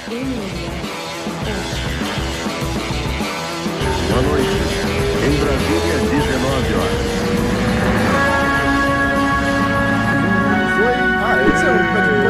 Boa noite. Em Brasília, 19 horas. Foi. Esse é o pé de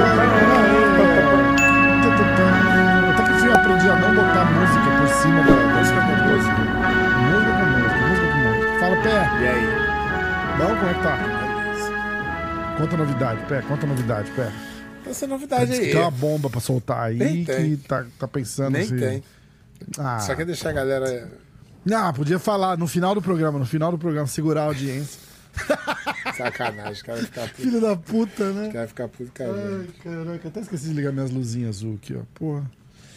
pano. Até que enfim eu aprendi a não botar música por cima da música com música. Música com música, música com música. Fala, Pé. E aí? Bom, como é que tá? Conta novidade, Pé. Conta novidade, Pé. Essa novidade aí. Tem uma bomba pra soltar aí. Nem que tem. tá pensando Nem assim. tem. Ah. Só quer deixar a galera... Não, podia falar no final do programa, segurar a audiência. Sacanagem, o cara vai ficar puto. Filho da puta, né? O cara vai ficar puto, cara. Ai, caraca, até esqueci de ligar minhas luzinhas azul aqui, ó. Porra.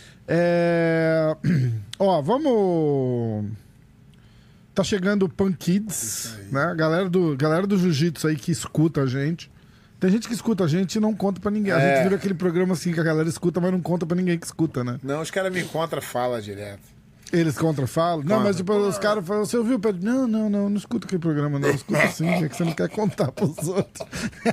Ó, vamos... Tá chegando o Punk Kids, né? Galera do Jiu-Jitsu aí que escuta a gente. Tem gente que escuta a gente e não conta pra ninguém. A gente vira aquele programa assim que a galera escuta, mas não conta pra ninguém que escuta, né? Não, os caras me encontram, fala direto. Eles contrafalam? Não, mas tipo, os caras falam, você ouviu? Não escuta aquele programa, não. Escuta sim, é que você não quer contar pros outros.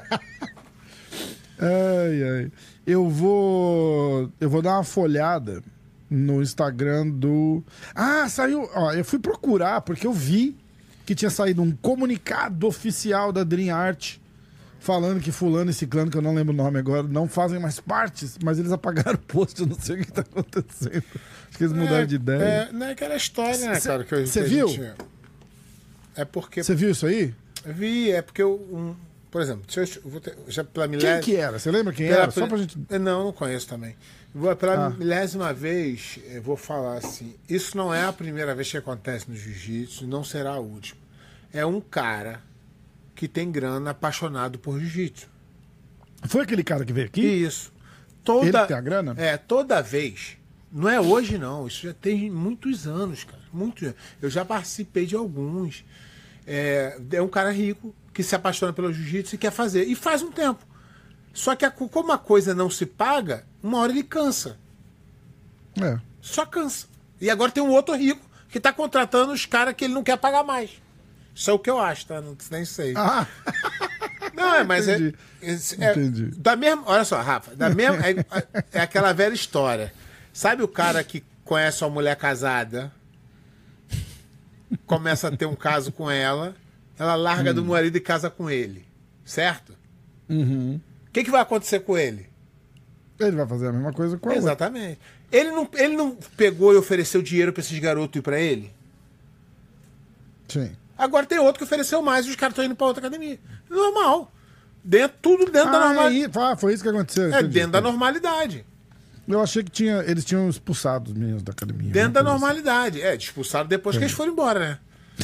Ai. Eu vou dar uma folhada no Instagram do... Ah, saiu... Ó, eu fui procurar, porque eu vi que tinha saído um comunicado oficial da Dream Art falando que fulano e ciclano, que eu não lembro o nome agora, não fazem mais partes, mas eles apagaram o post, eu não sei o que tá acontecendo. Acho que eles mudaram de ideia. Não é aquela história, né, cara? Você viu? É porque... Você viu isso aí? Vi, é porque por exemplo, se eu vou já pela Quem que era? Você lembra quem era? Só pra gente... Não conheço também. Pela milésima vez, eu vou falar assim, isso não é a primeira vez que acontece no jiu-jitsu, não será a última. É um cara que tem grana, apaixonado por jiu-jitsu. Foi aquele cara que veio aqui? Isso. Ele que tem a grana? Toda vez. Não é hoje, não. Isso já tem muitos anos, cara. Muitos anos. Eu já participei de alguns. É um cara rico que se apaixona pelo jiu-jitsu e quer fazer. E faz um tempo. Só que como a coisa não se paga, uma hora ele cansa. Só cansa. E agora tem um outro rico que está contratando os caras que ele não quer pagar mais. Isso é o que eu acho, tá? Não, nem sei. Não, mas entendi. Entendi. Da mesma, olha só, Rafa, é aquela velha história. Sabe o cara que conhece uma mulher casada, começa a ter um caso com ela larga do marido e casa com ele, certo? Uhum. O que vai acontecer com ele? Ele vai fazer a mesma coisa com ela. Exatamente. Ele não pegou e ofereceu dinheiro para esses garotos ir para ele? Sim. Agora tem outro que ofereceu mais e os caras estão indo para outra academia. Normal. Tudo dentro da normalidade. Foi isso que aconteceu. Dentro da normalidade. Eu achei que eles tinham expulsado os meninos da academia. Dentro da normalidade. Expulsaram depois que eles foram embora, né?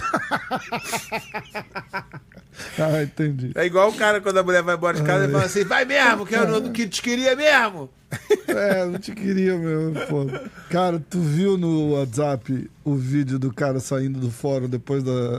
Entendi. É igual o cara quando a mulher vai embora de casa e fala assim, vai mesmo, que eu não que te queria mesmo. Não te queria mesmo, pô. Cara, tu viu no WhatsApp o vídeo do cara saindo do fórum depois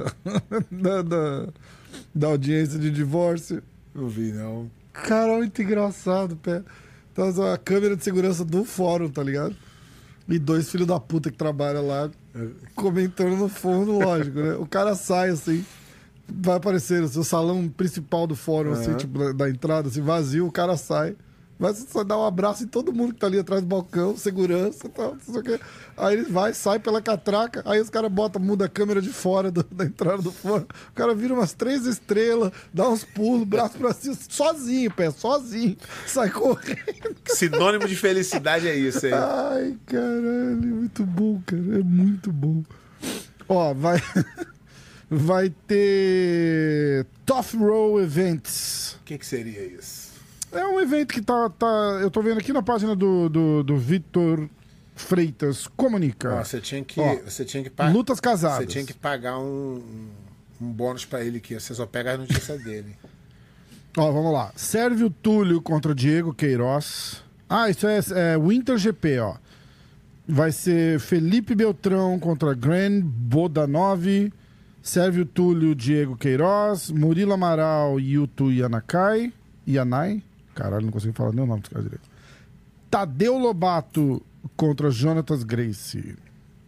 da audiência de divórcio? Não vi, não. Cara, muito engraçado, pé. Então, a câmera de segurança do fórum, tá ligado? E dois filhos da puta que trabalham lá comentando no fundo, lógico, né? O cara sai assim, vai aparecer o seu salão principal do fórum, assim, tipo, da entrada, assim, vazio, o cara sai. Vai só dar um abraço em todo mundo que tá ali atrás do balcão, segurança e tal, não sei o quê. Aí ele sai pela catraca, aí os caras muda a câmera de fora da entrada do fórum. O cara vira umas 3 estrelas, dá uns pulos, braço pra cima, sozinho, sozinho. Sai correndo. Sinônimo de felicidade é isso aí. Ai, caralho, muito bom, cara. É muito bom. Ó, vai ter Tough Row Events. O que seria isso? É um evento que tá. Eu tô vendo aqui na página do Vitor Freitas Comunica. Você tinha que lutas casadas. Você tinha que pagar um bônus pra ele aqui. Você só pega a notícia dele. Ó, vamos lá. Sérvio Túlio contra Diego Queiroz. Isso é Winter GP, ó. Vai ser Felipe Beltrão contra Gran Bodanov. Sérvio Túlio, Diego Queiroz. Murilo Amaral, Yuto Yanai. Caralho, não consigo falar nem o nome dos caras direito. Tadeu Lobato contra Jonatas Gracie.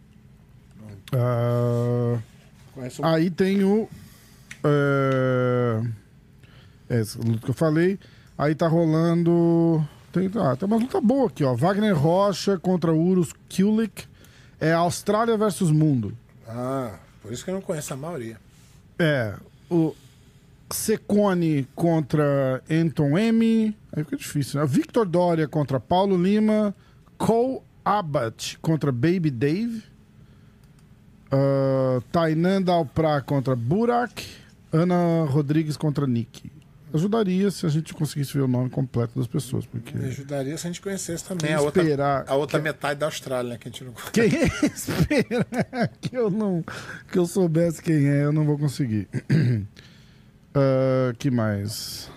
Aí tem o... essa luta que eu falei. Aí tá rolando... Tem uma luta boa aqui, ó. Wagner Rocha contra Urus Kulik. É Austrália versus Mundo. Por isso que eu não conheço a maioria. O Secone contra Anton M. Aí fica difícil, né? Victor Doria contra Paulo Lima. Cole Abbott contra Baby Dave. Tainan Dalprá contra Burak. Ana Rodrigues contra Nick. Ajudaria se a gente conseguisse ver o nome completo das pessoas. Porque... Me ajudaria se a gente conhecesse também a outra metade da Austrália, né, que a gente não conhece. Quem espera que eu soubesse quem é, eu não vou conseguir. Que mais?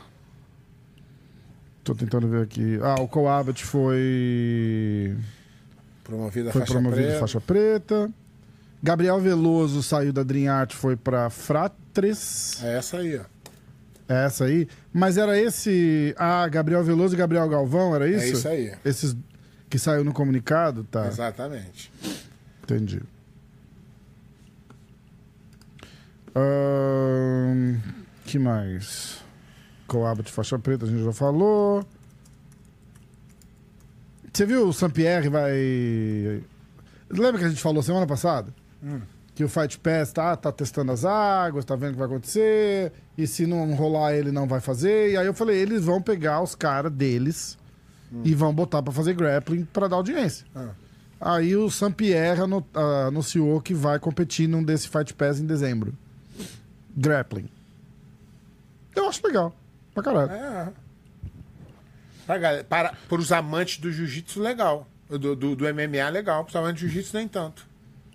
Tô tentando ver aqui. O Coabit foi promovido faixa preta. Gabriel Veloso saiu da Dream Art, foi pra Fratres. É essa aí, ó. É essa aí? Mas era esse... Gabriel Veloso e Gabriel Galvão, era isso? É isso aí. Esses que saiu no comunicado? Tá. Exatamente. Entendi. Que mais? Coab de faixa preta, a gente já falou. Você viu o Sampierre vai... Lembra que a gente falou semana passada? Que o Fight Pass tá testando as águas, tá vendo o que vai acontecer, e se não rolar ele não vai fazer. E aí eu falei, eles vão pegar os caras deles e vão botar pra fazer grappling pra dar audiência. Aí o Sampierre anunciou que vai competir num desse Fight Pass em dezembro. Grappling. Eu acho legal, pra caralho. Para os amantes do jiu-jitsu, legal. Do MMA, legal. Para os amantes do jiu-jitsu, nem tanto.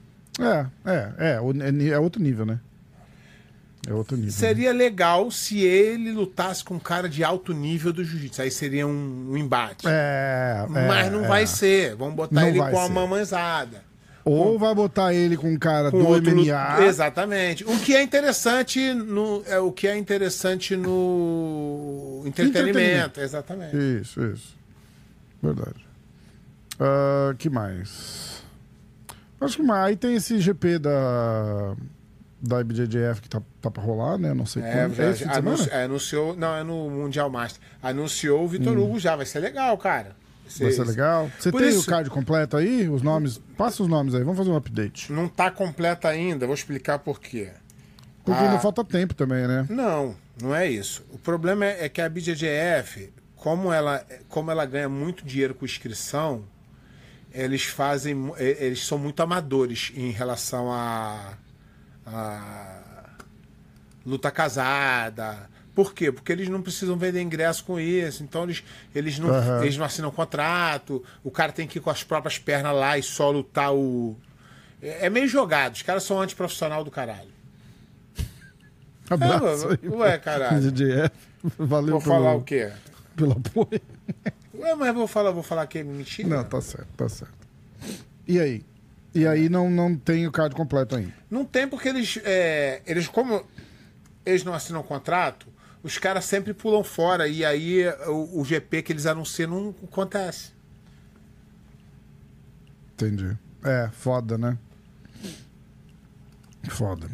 É outro nível, né? É outro nível. Seria legal se ele lutasse com um cara de alto nível do jiu-jitsu. Aí seria um embate. Mas não vai ser. Vamos botar ele com a mamãezada. Ou vai botar ele com um cara do MMA. Exatamente. O que é interessante no entretenimento. Exatamente. Isso. Verdade. Que mais? Acho que aí tem esse GP da IBJJF que tá pra rolar, né? Não sei quando. Anunciou. Não, é no Mundial Master. Anunciou o Vitor Hugo já. Vai ser legal, cara. Vai ser legal. Você tem o card completo aí? Os nomes? Passa os nomes aí. Vamos fazer um update. Não tá completo ainda. Vou explicar por quê. Porque ainda falta tempo também, né? Não é isso. O problema é que a BJJF, como ela ganha muito dinheiro com inscrição, eles são muito amadores em relação a luta casada. Por quê? Porque eles não precisam vender ingresso com isso. Então eles não assinam contrato. O cara tem que ir com as próprias pernas lá e só lutar É meio jogado. Os caras são antiprofissional do caralho. Abraço. Caralho. Valeu. Vou falar o quê? Pelo apoio. Mas vou falar que é mentira. Não, tá certo. E aí? E aí não tem o card completo ainda? Não tem porque eles como eles não assinam contrato, os caras sempre pulam fora e aí o GP que eles anunciam não acontece. Entendi. Foda, né? Foda.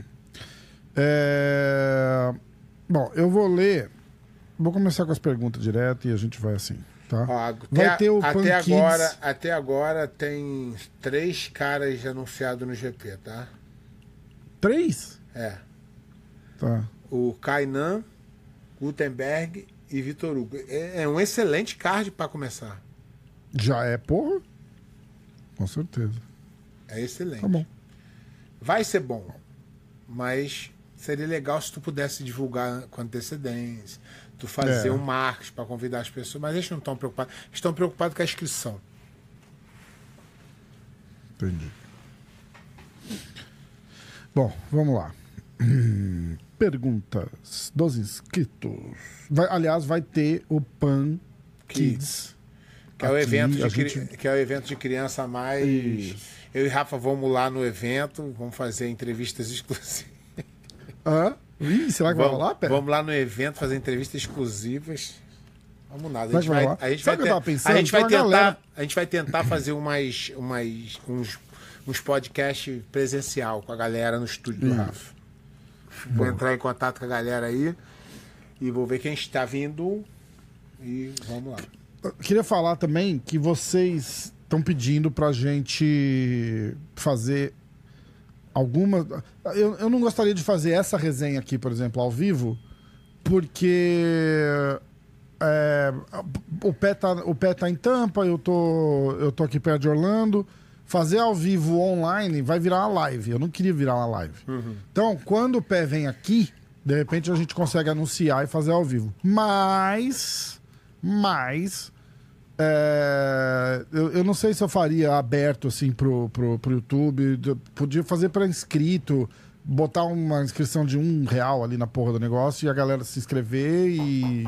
Bom, eu vou ler. Vou começar com as perguntas direto e a gente vai assim, tá? Vai ter o até agora tem 3 caras anunciados no GP, tá? 3? Tá. O Kainan, Gutenberg e Vitor Hugo. É um excelente card para começar. Já é, porra? Com certeza. É excelente. Tá bom. Vai ser bom, mas seria legal se tu pudesse divulgar com antecedência, tu fazer um marketing para convidar as pessoas, mas eles não estão preocupados. Estão preocupados com a inscrição. Entendi. Bom, vamos lá. Perguntas dos inscritos. Aliás, vai ter o Pan Kids. Que é o evento de criança mais. Isso. Eu e Rafa vamos lá no evento, vamos fazer entrevistas exclusivas. Será que vai rolar, Pé? Vamos lá no evento fazer entrevistas exclusivas. Vamos nada. A gente vai tentar fazer uns podcasts presencial com a galera no estúdio do Rafa. Vou entrar em contato com a galera aí e vou ver quem está vindo e vamos lá. queria falar também que vocês estão pedindo pra gente fazer alguma... Eu não gostaria de fazer essa resenha aqui, por exemplo, ao vivo, porque o pé tá em Tampa, eu tô aqui perto de Orlando. Fazer ao vivo online vai virar uma live. Eu não queria virar uma live. Então, quando o pé vem aqui, de repente a gente consegue anunciar e fazer ao vivo. Mas eu não sei se eu faria aberto assim pro YouTube. Eu podia fazer para inscrito, botar uma inscrição de R$1 ali na porra do negócio e a galera se inscrever e...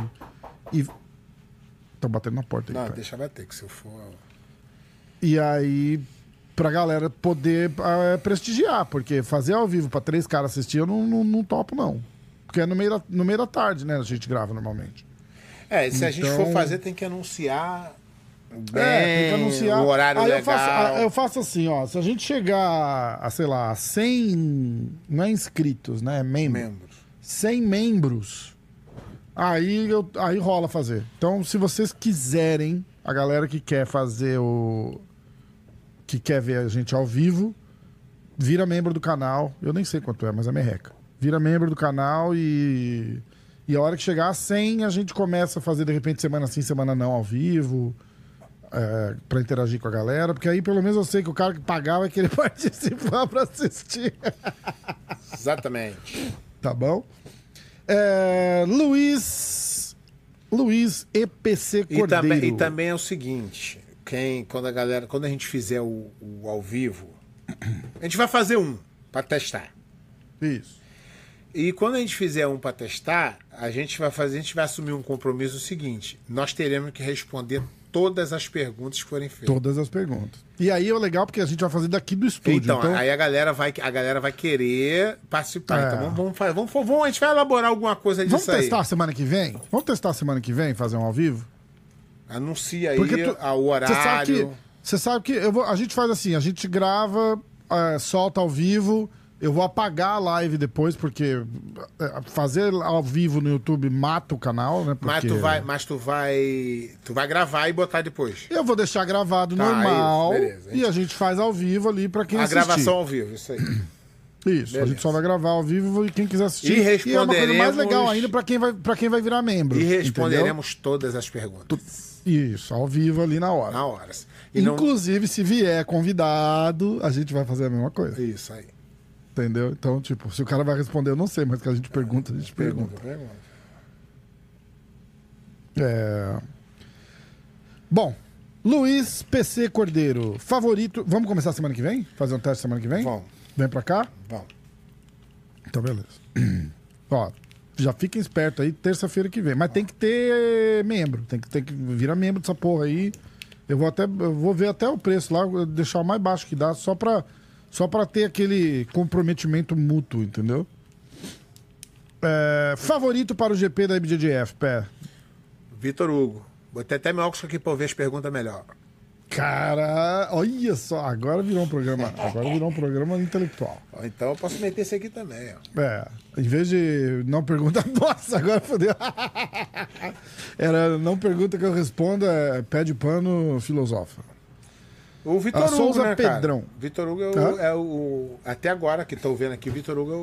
Tô batendo na porta aí. Não, pai. deixa bater, que se eu for... E aí, pra galera poder prestigiar, porque fazer ao vivo pra 3 caras assistir, eu não topo, não. Porque é no meio da tarde, né? A gente grava normalmente. Se a gente for fazer, tem que anunciar bem, tem que anunciar. o horário aí legal. eu faço assim, ó. Se a gente chegar a, sei lá, 100... Não é inscritos, né? É membros. 100 membros. Aí rola fazer. Então, se vocês quiserem, a galera que quer fazer que quer ver a gente ao vivo, vira membro do canal. Eu nem sei quanto é, mas é merreca. Vira membro do canal e a hora que chegar a 100, a gente começa a fazer, de repente, semana sim, semana não, ao vivo, pra interagir com a galera. Porque aí, pelo menos, eu sei que o cara que pagar vai querer participar pra assistir. Exatamente. Tá bom? Luiz EPC Cordeiro. E também é o seguinte, quando a gente fizer o ao vivo, a gente vai fazer um para testar. Isso. E quando a gente fizer um para testar, a gente vai assumir um compromisso seguinte: nós teremos que responder todas as perguntas que forem feitas. Todas as perguntas. E aí é legal porque a gente vai fazer daqui do estúdio. Então aí a galera vai querer participar. Então a gente vai elaborar alguma coisa disso aí. Vamos testar semana que vem? Vamos testar semana que vem, fazer um ao vivo? Anuncia aí o horário. Você sabe que a gente faz assim, a gente grava, solta ao vivo. Eu vou apagar a live depois, porque fazer ao vivo no YouTube mata o canal, né? Porque... Mas tu vai gravar e botar depois. Eu vou deixar gravado normal. Isso, beleza. E a gente faz ao vivo ali pra quem assistir. A gravação ao vivo, isso aí. Isso, beleza. A gente só vai gravar ao vivo e quem quiser assistir. E responderemos... é uma coisa mais legal ainda pra quem vai virar membro. E responderemos todas as perguntas. Isso, ao vivo ali na hora. Na hora. Inclusive, se vier convidado, a gente vai fazer a mesma coisa. Isso aí. Entendeu? Então, tipo, se o cara vai responder, eu não sei, mas que a gente pergunta, a gente pergunta. Bom, Luiz PC Cordeiro, favorito... Vamos começar semana que vem? Fazer um teste semana que vem? Vamos. Vem pra cá? Vamos. Então, beleza. Ó, já fiquem espertos aí, terça-feira que vem. Mas tem que ter membro, tem que virar membro dessa porra aí. Eu vou ver até o preço lá, deixar o mais baixo que dá, só pra ter aquele comprometimento mútuo, entendeu? Favorito para o GP da IBJJF, pé? Vitor Hugo. Botei até meu óculos aqui pra eu ver as perguntas melhor. Cara, olha só, agora virou um programa intelectual. Então eu posso meter esse aqui também, ó. Em vez de não pergunta, nossa, agora fodeu. Era não pergunta que eu respondo, pé de pano, filosofa. O Vitor Hugo, Souza né, Pedrão. Cara? Vitor Hugo é o... Até agora que tô vendo aqui, Vitor Hugo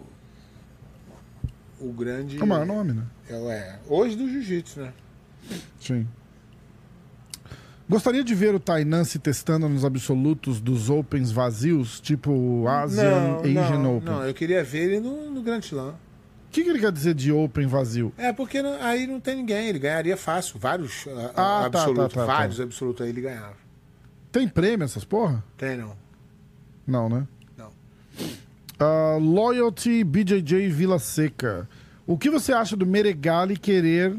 é o grande... É o maior nome, né? Hoje do jiu-jitsu, né? Sim. Gostaria de ver o Tainan se testando nos absolutos dos Opens vazios, tipo Asian Open. Não, eu queria ver ele no Grand Slam. O que ele quer dizer de Open vazio? Porque aí não tem ninguém, ele ganharia fácil. Vários absolutos, vários absolutos aí ele ganhava. Tem prêmio essas porra? Tem, não. Não, né? Não. Loyalty BJJ Vila Seca. O que você acha do Meregali querer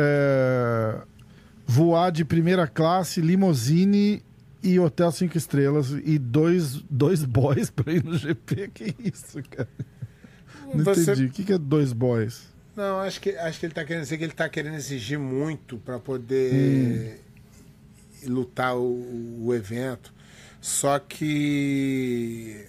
voar de primeira classe, limousine e hotel 5 estrelas e dois boys pra ir no GP? Que isso, cara? Não entendi. O que é dois boys? Não, acho que ele tá querendo dizer que ele tá querendo exigir muito pra poder lutar o evento. Só que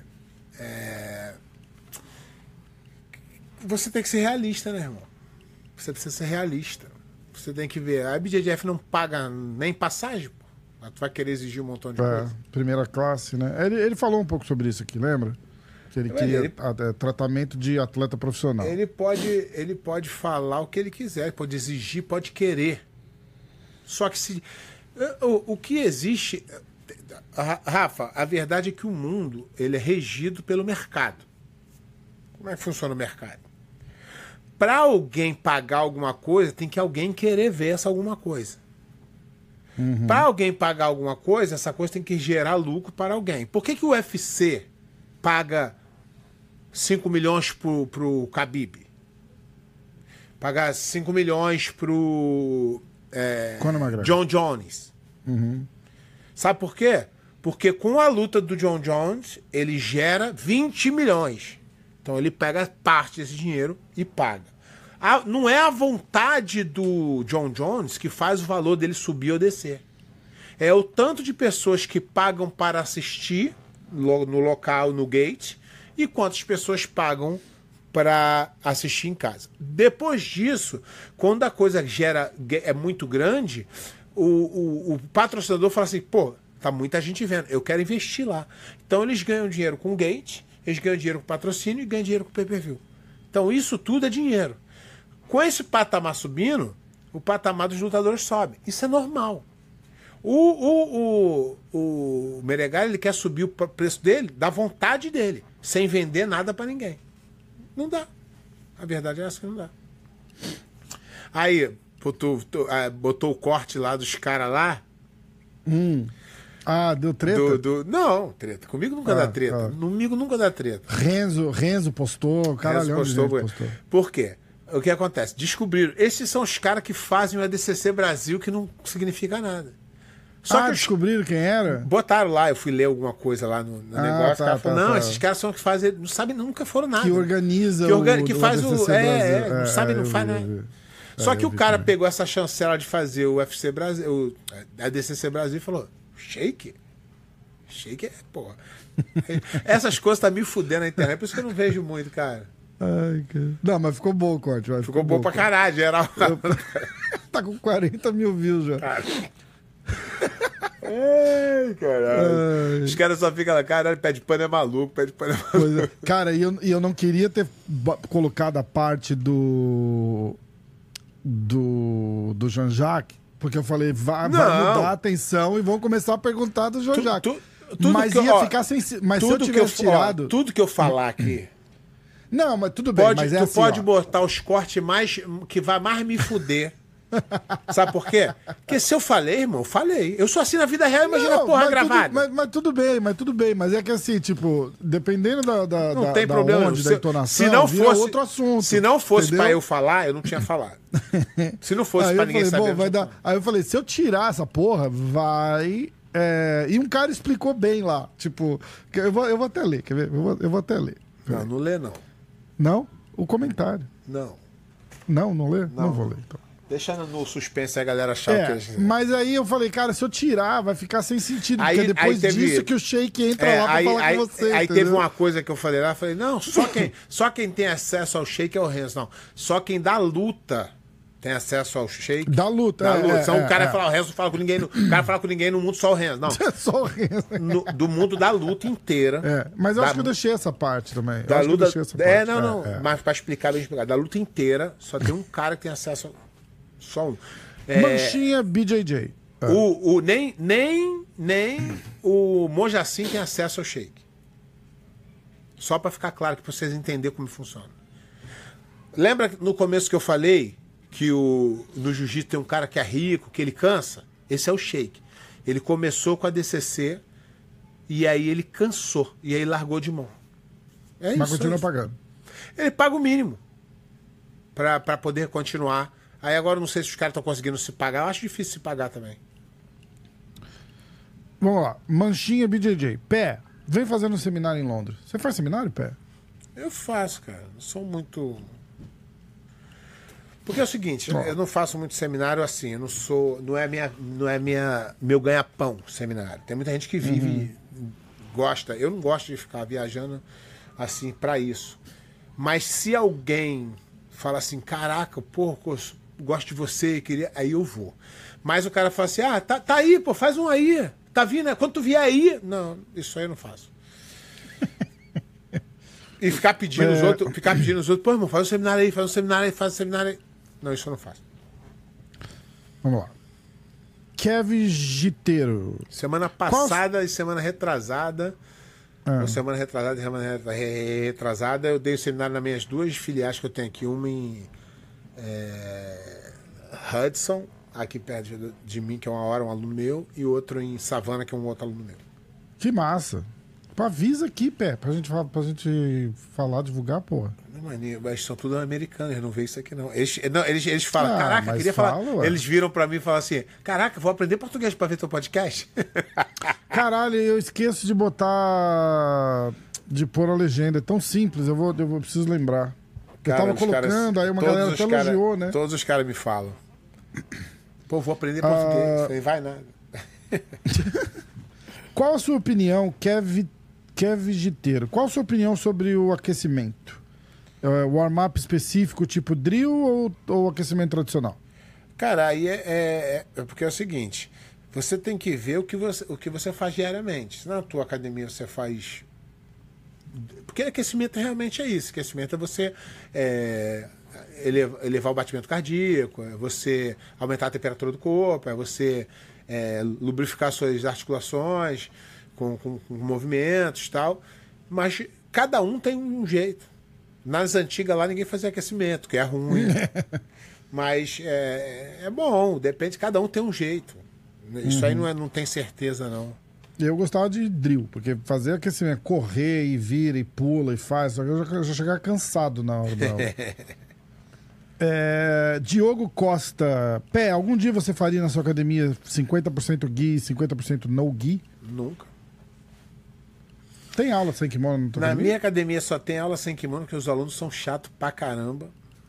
você tem que ser realista, né, irmão? Você precisa ser realista. Você tem que ver. A BJJF não paga nem passagem, pô. Tu vai querer exigir um montão de coisa. Primeira classe, né? Ele falou um pouco sobre isso aqui, lembra? Que ele queria tratamento de atleta profissional. Ele pode falar o que ele quiser, pode exigir, pode querer. Só que se... O que existe... Rafa, a verdade é que o mundo ele é regido pelo mercado. Como é que funciona o mercado? Para alguém pagar alguma coisa, tem que alguém querer ver essa alguma coisa. Para alguém pagar alguma coisa, essa coisa tem que gerar lucro para alguém. Por que o UFC paga 5 milhões pro Khabib? Paga 5 milhões pro John Jones. Sabe por quê? Porque com a luta do John Jones, ele gera 20 milhões. Então ele pega parte desse dinheiro e paga. Não é a vontade do John Jones que faz o valor dele subir ou descer. É o tanto de pessoas que pagam para assistir no local, no gate, e quantas pessoas pagam para assistir em casa. Depois disso, quando a coisa é muito grande, o patrocinador fala assim, pô, tá muita gente vendo, eu quero investir lá. Então eles ganham dinheiro com o gate, eles ganham dinheiro com patrocínio e ganham dinheiro com pay-per-view. Então isso tudo é dinheiro. Com esse patamar subindo, o patamar dos lutadores sobe. Isso é normal. O Meregali, ele quer subir o preço dele da vontade dele, sem vender nada para ninguém. Não dá. A verdade é essa que não dá. Aí, botou o corte lá dos caras lá. Ah, deu treta? Não, treta. Comigo nunca dá treta. Comigo nunca dá treta. Renzo postou, caralho. Postou. Por quê? O que acontece? Descobriram. Esses são os caras que fazem o ADCC Brasil, que não significa nada. Só que descobriram quem era? Botaram lá, eu fui ler alguma coisa lá no negócio. Esses caras são os que fazem. Não sabem, nunca foram nada. Que organiza que faz o. Não sabe, não faz nada. Só que o cara pegou essa chancela de fazer o UFC Brasil, o ADCC Brasil e falou: Shake? Shake é, porra. Essas coisas tá me fudendo na internet, por isso que eu não vejo muito, cara. Ai, cara. Não, mas ficou bom o corte. Ficou bom pra caralho, geral. Tá com 40 mil views já. Cara. Ai, caralho. Os caras só ficam lá, caralho, pé de pano é maluco, pé de pano é maluco. Pois é. Cara, e eu não queria ter colocado a parte do Jean-Jacques, porque eu falei, vai mudar a atenção e vão começar a perguntar do Jean-Jacques. Mas ia ficar sem... Mas se eu tivesse tirado... Tudo que eu falar aqui... Não, mas tudo bem, mas é assim, pode botar os cortes que vai mais me fuder. Sabe por quê? Porque se eu falei, irmão, eu falei. Eu sou assim na vida real, imagina a porra gravada. Mas tudo bem. Mas é que assim, tipo, dependendo não tem problema, da entonação, se não fosse outro assunto. Se não fosse pra eu falar, eu não tinha falado. Se não fosse pra ninguém saber. Aí eu falei, se eu tirar essa porra, vai... E um cara explicou bem lá. Tipo, eu vou até ler, quer ver? Eu vou até ler. Não lê, não. Não? O comentário. Não. Não lê? Não vou ler, então. Deixa no suspense a galera achar o que mas aí eu falei, cara, se eu tirar, vai ficar sem sentido. Porque depois disso que o Sheik entra lá pra falar com você. Aí teve uma coisa que eu falei lá, falei, não, só quem tem acesso ao Sheik é o Renzo. Não, só quem dá luta tem acesso ao Sheik. Da luta, Então o cara fala, o Renzo fala com ninguém. O cara fala com ninguém no mundo, só o Renzo. Não. Só o Renzo. Do mundo da luta inteira. Mas eu acho que eu deixei essa parte também. Da luta. Mas pra explicar bem explicado. Da luta inteira, só tem um cara que tem acesso só um. Manchinha BJJ. Nem o Mojacin tem acesso ao Sheik. Só pra ficar claro, que pra vocês entenderem como funciona. Lembra no começo que eu falei que no jiu-jitsu tem um cara que é rico, que ele cansa? Esse é o Sheik. Ele começou com a DCC e aí ele cansou. E aí largou de mão. Mas continua pagando. Ele paga o mínimo pra poder continuar. Aí agora eu não sei se os caras estão conseguindo se pagar. Eu acho difícil se pagar também. Vamos lá. Manchinha BJJ. Pé, vem fazendo um seminário em Londres. Você faz seminário, Pé? Eu faço, cara. Não sou muito... Porque é o seguinte, eu não faço muito seminário assim. Eu não sou... Não é meu ganha-pão seminário. Tem muita gente que vive gosta. Eu não gosto de ficar viajando assim pra isso. Mas se alguém fala assim, caraca, porra, gosto de você, queria, aí eu vou. Mas o cara fala assim, tá aí, pô, faz um aí. Tá vindo, né? Quando tu vier aí... Não, isso aí eu não faço. E ficar pedindo os outros, pô, irmão, faz um seminário aí, faz um seminário aí. Não, isso eu não faço. Vamos lá. Kevin Giteiro. Semana passada e semana retrasada... Ou semana retrasada, eu dei o seminário nas minhas duas filiais que eu tenho aqui. Uma em Hudson, aqui perto de mim, que é 1 hora, um aluno meu. E outro em Savannah, que é um outro aluno meu. Que massa. Pô, avisa aqui, Pé, pra gente falar, divulgar, porra. Mas são tudo americanos, eles não veem isso aqui, não. Eles falam, caraca, queria fala, falar. ué. Eles viram pra mim e falam assim, caraca, vou aprender português pra ver teu podcast. Caralho, eu esqueço de pôr a legenda. É tão simples, eu preciso lembrar. Eu tava colocando, aí uma galera até elogiou, né? Todos os caras me falam. Pô, vou aprender português. Falei, vai nada. Qual a sua opinião, Kevin Giteiro? Qual a sua opinião sobre o aquecimento? Warm-up específico, tipo drill ou aquecimento tradicional? Cara, aí porque é o seguinte, você tem que ver o que você faz diariamente. Se na tua academia você faz... Porque aquecimento realmente é isso. Aquecimento é você elevar o batimento cardíaco, é você aumentar a temperatura do corpo, é você lubrificar suas articulações com movimentos e tal. Mas cada um tem um jeito. Nas antigas lá ninguém fazia aquecimento, que é ruim. Mas é bom, depende, cada um tem um jeito. Isso aí não tem certeza, não. Eu gostava de drill, porque fazer aquecimento, correr e vira e pula e faz, só que eu já chegava cansado na hora da aula. Diogo Costa, Pé, algum dia você faria na sua academia 50% gi e 50% no gi? Nunca. Tem aula sem kimono na tua academia? Na minha academia só tem aula sem kimono, porque os alunos são chatos pra caramba.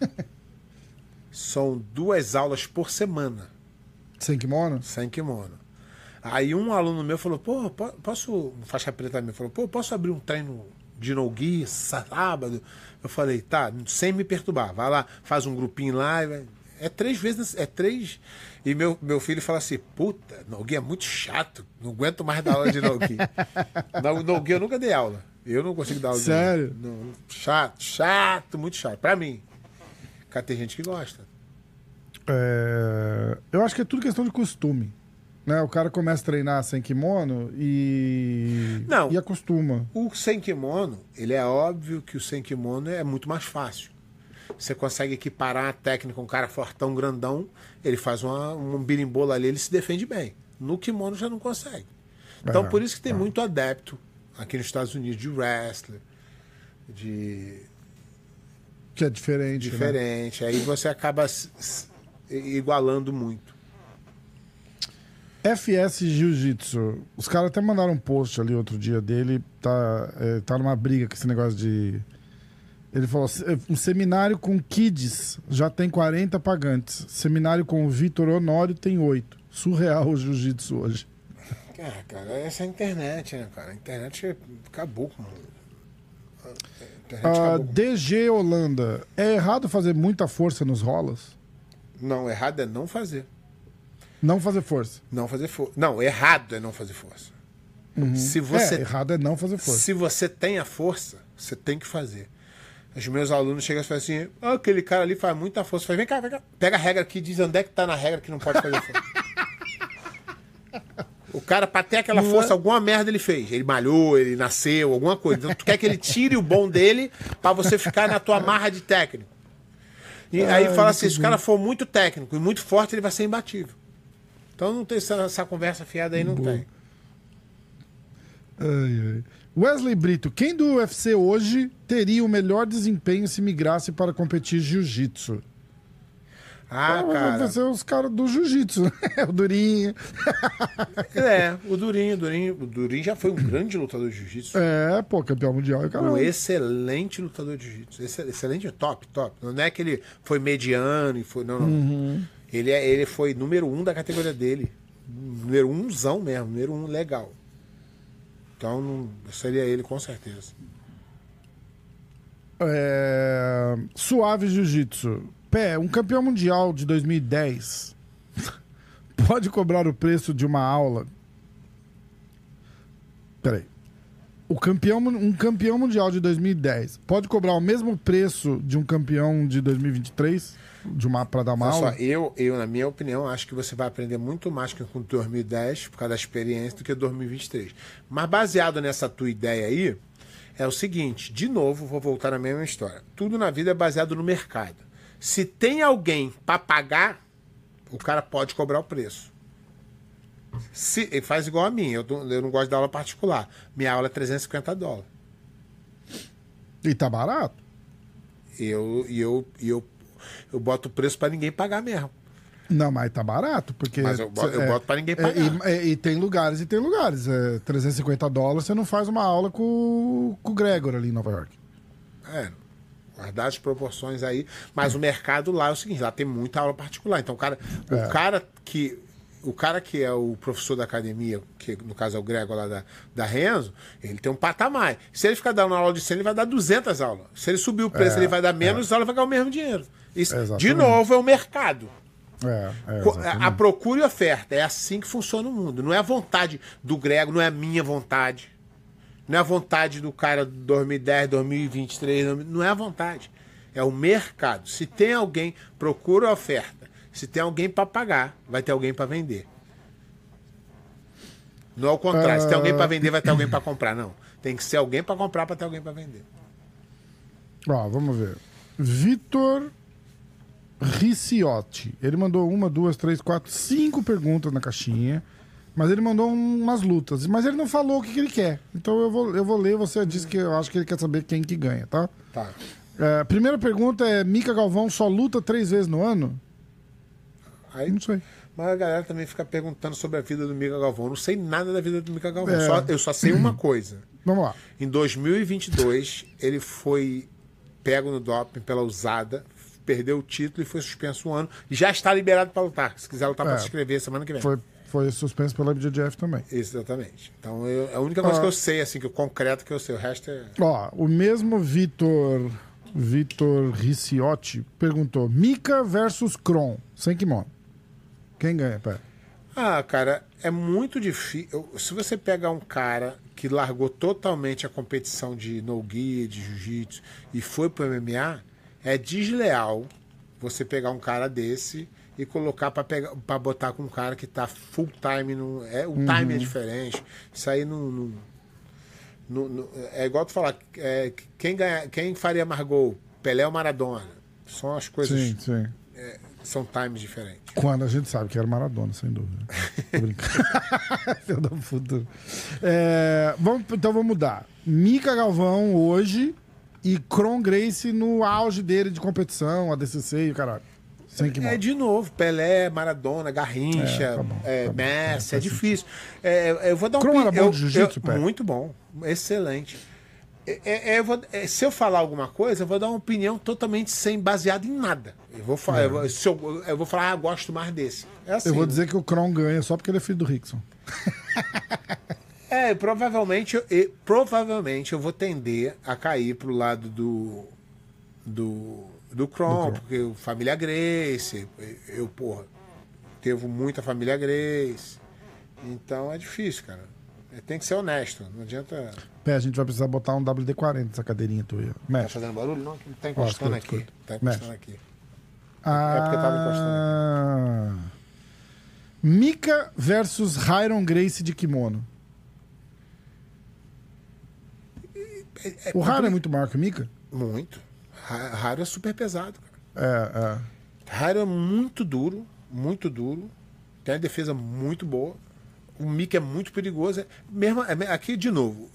São 2 aulas por semana. Sem kimono? Sem kimono. Aí um aluno meu falou, pô, posso... Faixa preta me falou, pô, posso abrir um treino de no-gi sábado? Eu falei, tá, sem me perturbar. Vai lá, faz um grupinho lá. É 3 vezes... É 3... E meu filho fala assim, puta, no-gi é muito chato. Não aguento mais dar aula de no-gi. No-gi eu nunca dei aula. Eu não consigo dar aula. Sério? Não, chato, muito chato. Pra mim. Cara, tem gente que gosta. Eu acho que é tudo questão de costume. Né? O cara começa a treinar sem kimono e acostuma. O sem kimono, ele é óbvio que o sem kimono é muito mais fácil. Você consegue equiparar a técnica, um cara fortão, grandão, ele faz um birimbola ali, ele se defende bem. No kimono já não consegue. Então por isso que tem muito adepto aqui nos Estados Unidos de wrestler, que é diferente. Né? Aí você acaba igualando muito. FS Jiu-Jitsu. Os caras até mandaram um post ali outro dia dele. Tá numa briga com esse negócio de... Ele falou, um seminário com kids já tem 40 pagantes. Seminário com o Vitor Honório tem 8. Surreal o jiu-jitsu hoje. Cara, essa é a internet, né, cara? A internet acabou com o mundo. DG Holanda. É errado fazer muita força nos rolas? Não, errado é não fazer. Não fazer força? Não fazer força. Não, errado é não fazer força. Uhum. Errado é não fazer força. Se você tem a força, você tem que fazer. Os meus alunos chegam e falam assim, aquele cara ali faz muita força. Vem cá. Pega a regra aqui e diz onde é que tá na regra que não pode fazer força. O cara, pra ter aquela força, alguma merda ele fez. Ele malhou, ele nasceu, alguma coisa. Então tu quer que ele tire o bom dele pra você ficar na tua marra de técnico. E aí fala assim, se o cara for muito técnico e muito forte, ele vai ser imbatível. Então não tem essa conversa fiada aí, não tem. Wesley Brito, quem do UFC hoje teria o melhor desempenho se migrasse para competir jiu-jitsu? Cara. Vai ser os caras do jiu-jitsu, o Durinho. O Durinho já foi um grande lutador de jiu-jitsu. Campeão mundial. Um excelente lutador de jiu-jitsu. Excelente, top. Não é que ele foi mediano e foi. Não. Uhum. Ele foi número 1 da categoria dele. Número 1zão mesmo, número 1 legal. Então seria ele com certeza. Suave Jiu-Jitsu. Pé, um campeão mundial de 2010 pode cobrar o preço de uma aula... Peraí. Um campeão mundial de 2010 pode cobrar o mesmo preço de um campeão de 2023 para dar uma aula? Só, eu, na minha opinião, acho que você vai aprender muito mais com 2010 por causa da experiência do que 2023. Mas baseado nessa tua ideia aí, é o seguinte, de novo, vou voltar na mesma história. Tudo na vida é baseado no mercado. Se tem alguém para pagar, o cara pode cobrar o preço. Ele faz igual a mim, eu não gosto de aula particular. Minha aula é $350. E tá barato? Eu boto o preço para ninguém pagar mesmo. Não, mas tá barato, porque... Mas eu boto para ninguém pagar. E tem lugares e tem lugares. $350 você não faz uma aula com o Gregor ali em Nova York. Guardar as proporções aí. Mas o mercado lá é o seguinte, lá tem muita aula particular. Então o cara que é o professor da academia, que no caso é o Gregor lá da Renzo, ele tem um patamar. Se ele ficar dando aula de 100, ele vai dar 200 aulas. Se ele subir o preço, ele vai dar menos aulas, vai ganhar o mesmo dinheiro. Isso, de novo, é o mercado. A procura e oferta. É assim que funciona o mundo. Não é a vontade do Gregor, não é a minha vontade. Não é a vontade do cara de 2010, 2023. Não é a vontade. É o mercado. Se tem alguém, procura e oferta. Se tem alguém para pagar, vai ter alguém para vender. Não é o contrário. Se tem alguém para vender, vai ter alguém para comprar. Não. Tem que ser alguém para comprar para ter alguém para vender. Vamos ver. Vitor Ricciotti. Ele mandou 1, 2, 3, 4, 5 perguntas na caixinha. Mas ele mandou umas lutas. Mas ele não falou o que ele quer. Então eu vou ler. Você disse que eu acho que ele quer saber quem que ganha, tá? Tá. Primeira pergunta é: Mica Galvão só luta 3 vezes no ano? Aí, não sei. Mas a galera também fica perguntando sobre a vida do Mica Galvão. Eu não sei nada da vida do Mica Galvão. Eu só sei uma coisa. Vamos lá. Em 2022, ele foi pego no doping pela usada, perdeu o título e foi suspenso 1 ano. E já está liberado para lutar. Se quiser lutar, para se inscrever semana que vem. Foi suspenso pela IBJJF também. Exatamente. Então, a única coisa que eu sei, assim, que o concreto que eu sei, o resto é... O mesmo Vitor Ricciotti perguntou: Mica versus Kron, sem kimono. Quem ganha, pé? Cara, é muito difícil. Se você pegar um cara que largou totalmente a competição de no-gi, de jiu-jitsu e foi pro MMA, é desleal você pegar um cara desse e colocar para botar com um cara que tá full time. O time é diferente. Isso aí não é igual tu falar, quem faria mais gol? Pelé ou Maradona? São as coisas. Sim. São times diferentes. Quando a gente sabe que era Maradona, sem dúvida. Tô brincando. Filho da puta. Então vamos mudar. Mica Galvão hoje e Kron Gracie no auge dele de competição, ADCC e o caralho. Sem kimono. De novo, Pelé, Maradona, Garrincha, tá bom. Messi, é difícil. Eu vou dar Kron era bom de jiu-jitsu, pé? Muito bom, excelente. Se eu falar alguma coisa, eu vou dar uma opinião totalmente baseada em nada. Eu vou falar, gosto mais desse. É assim. Eu vou dizer que o Kron ganha só porque ele é filho do Rickson. Provavelmente eu vou tender a cair pro lado do Kron, porque família Gracie, teve muita família Gracie. Então é difícil, cara. Tem que ser honesto, não adianta. A gente vai precisar botar um WD-40 nessa cadeirinha tua. Tá fazendo barulho? Não, tá encostando aqui. Tá encostando aqui. É porque tava encostando aqui. Mica versus Ryron Gracie de kimono. O Ryron é muito maior que o Mica? Muito. Ryron é super pesado, cara. Ryron é muito duro. Tem uma defesa muito boa. O Mica é muito perigoso. Aqui, de novo,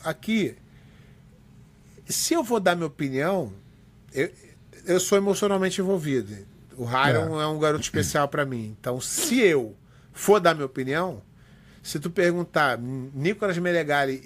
se eu vou dar minha opinião, eu sou emocionalmente envolvido. O Ryron é um garoto especial para mim. Então, se eu for dar minha opinião, se tu perguntar Nicolas Meregali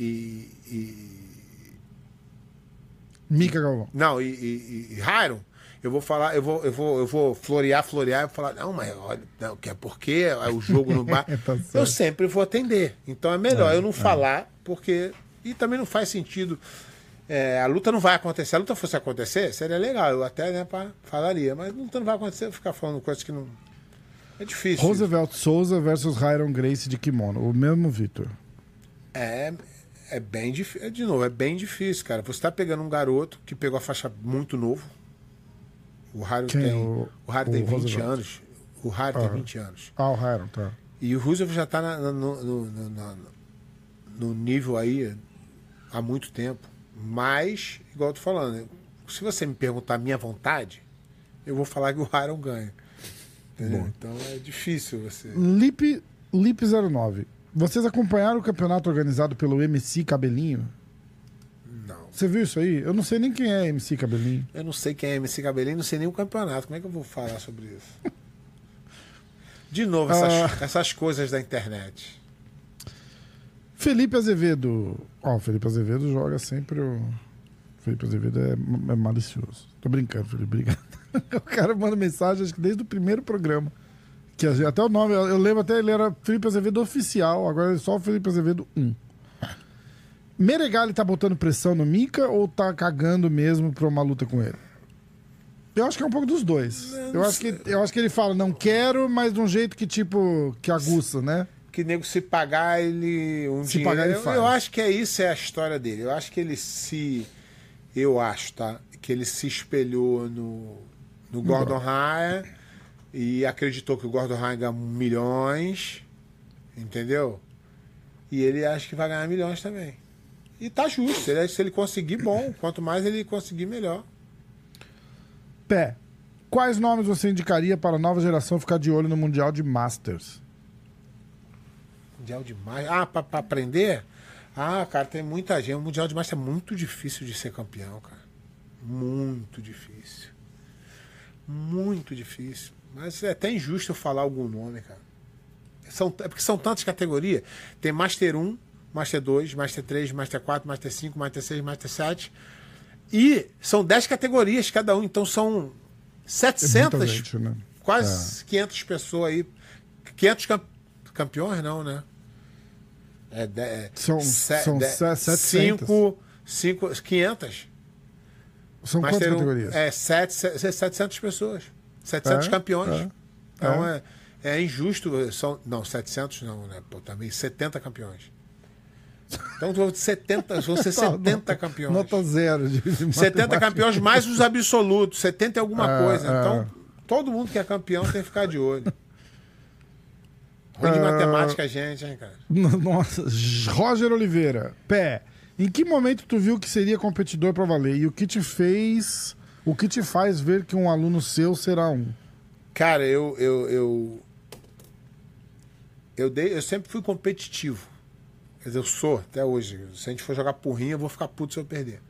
Mica Galvão. Não, e Ryron, eu vou falar, eu vou florear e falar, não, mas olha, não, que é porque o jogo no bar. Eu sempre vou atender. Então é melhor eu não falar, porque. E também não faz sentido A luta não vai acontecer. Se a luta fosse acontecer, seria legal. Eu até, né, falaria. Mas a luta não vai acontecer, eu ficar falando coisas que não... É difícil. Roosevelt Souza versus Ryron Gracie de kimono. O mesmo Vitor. É bem difícil. De novo, é bem difícil, cara. Você tá pegando um garoto que pegou a faixa muito novo. O Ryron tem 20 Roosevelt? anos. O Ryron tem 20 anos. O Ryron, tá. E o Roosevelt já tá no nível aí há muito tempo. Mas, igual eu tô falando, se você me perguntar a minha vontade, eu vou falar que o Ryron ganha. Entendeu? Então é difícil você... Lip 09. Vocês acompanharam o campeonato organizado pelo MC Cabelinho? Não. Você viu isso aí? Eu não sei nem quem é MC Cabelinho. Eu não sei quem é MC Cabelinho, não sei nem o campeonato. Como é que eu vou falar sobre isso? De novo, essas coisas da internet. Felipe Azevedo. Ó, o Felipe Azevedo joga sempre o... Felipe Azevedo é malicioso. Tô brincando, Felipe, obrigado. O cara manda mensagem, acho que desde o primeiro programa. Que até o nome, eu lembro até ele era Felipe Azevedo Oficial, agora é só o Felipe Azevedo 1. Meregali tá botando pressão no Mika ou tá cagando mesmo pra uma luta com ele? Eu acho que é um pouco dos dois. Eu acho que ele fala, não quero, mas de um jeito que tipo, que aguça, né? Que nego se pagar, ele... Pagar, ele faz. Eu acho que isso é a história dele. Eu acho que ele se... Eu acho, tá? Que ele se espelhou no Gordon Ryan e acreditou que o Gordon Ryan ganha milhões, entendeu? E ele acha que vai ganhar milhões também. E tá justo. Se ele conseguir, bom. Quanto mais ele conseguir, melhor. Pé, quais nomes você indicaria para a nova geração ficar de olho no Mundial de Masters? Mundial de Masters? Pra aprender? Cara, tem muita gente. O Mundial de Masters é muito difícil de ser campeão, cara. Muito difícil. Muito difícil. Mas é até injusto eu falar algum nome, cara. É porque são tantas categorias. Tem Master 1, Master 2, Master 3, Master 4, Master 5, Master 6, Master 7. E são 10 categorias cada um. Então são 700, gente, né? quase 500 pessoas aí. 500 campeões, não, né? São 700. 500. São quantas categorias? 700 pessoas. 700 campeões. Então é injusto. Não, 700 não, né? Pô, também 70 campeões. Então vão ser 70 campeões. Nota zero. 70 campeões mais os absolutos. 70 é alguma coisa. Então todo mundo que é campeão tem que ficar de olho. Ruim de matemática, gente, hein, cara? Nossa, Roger Oliveira. Pé, em que momento tu viu que seria competidor pra valer? E o que te faz ver que um aluno seu será um? Cara, eu sempre fui competitivo. Quer dizer, eu sou até hoje. Se a gente for jogar porrinha, eu vou ficar puto se eu perder.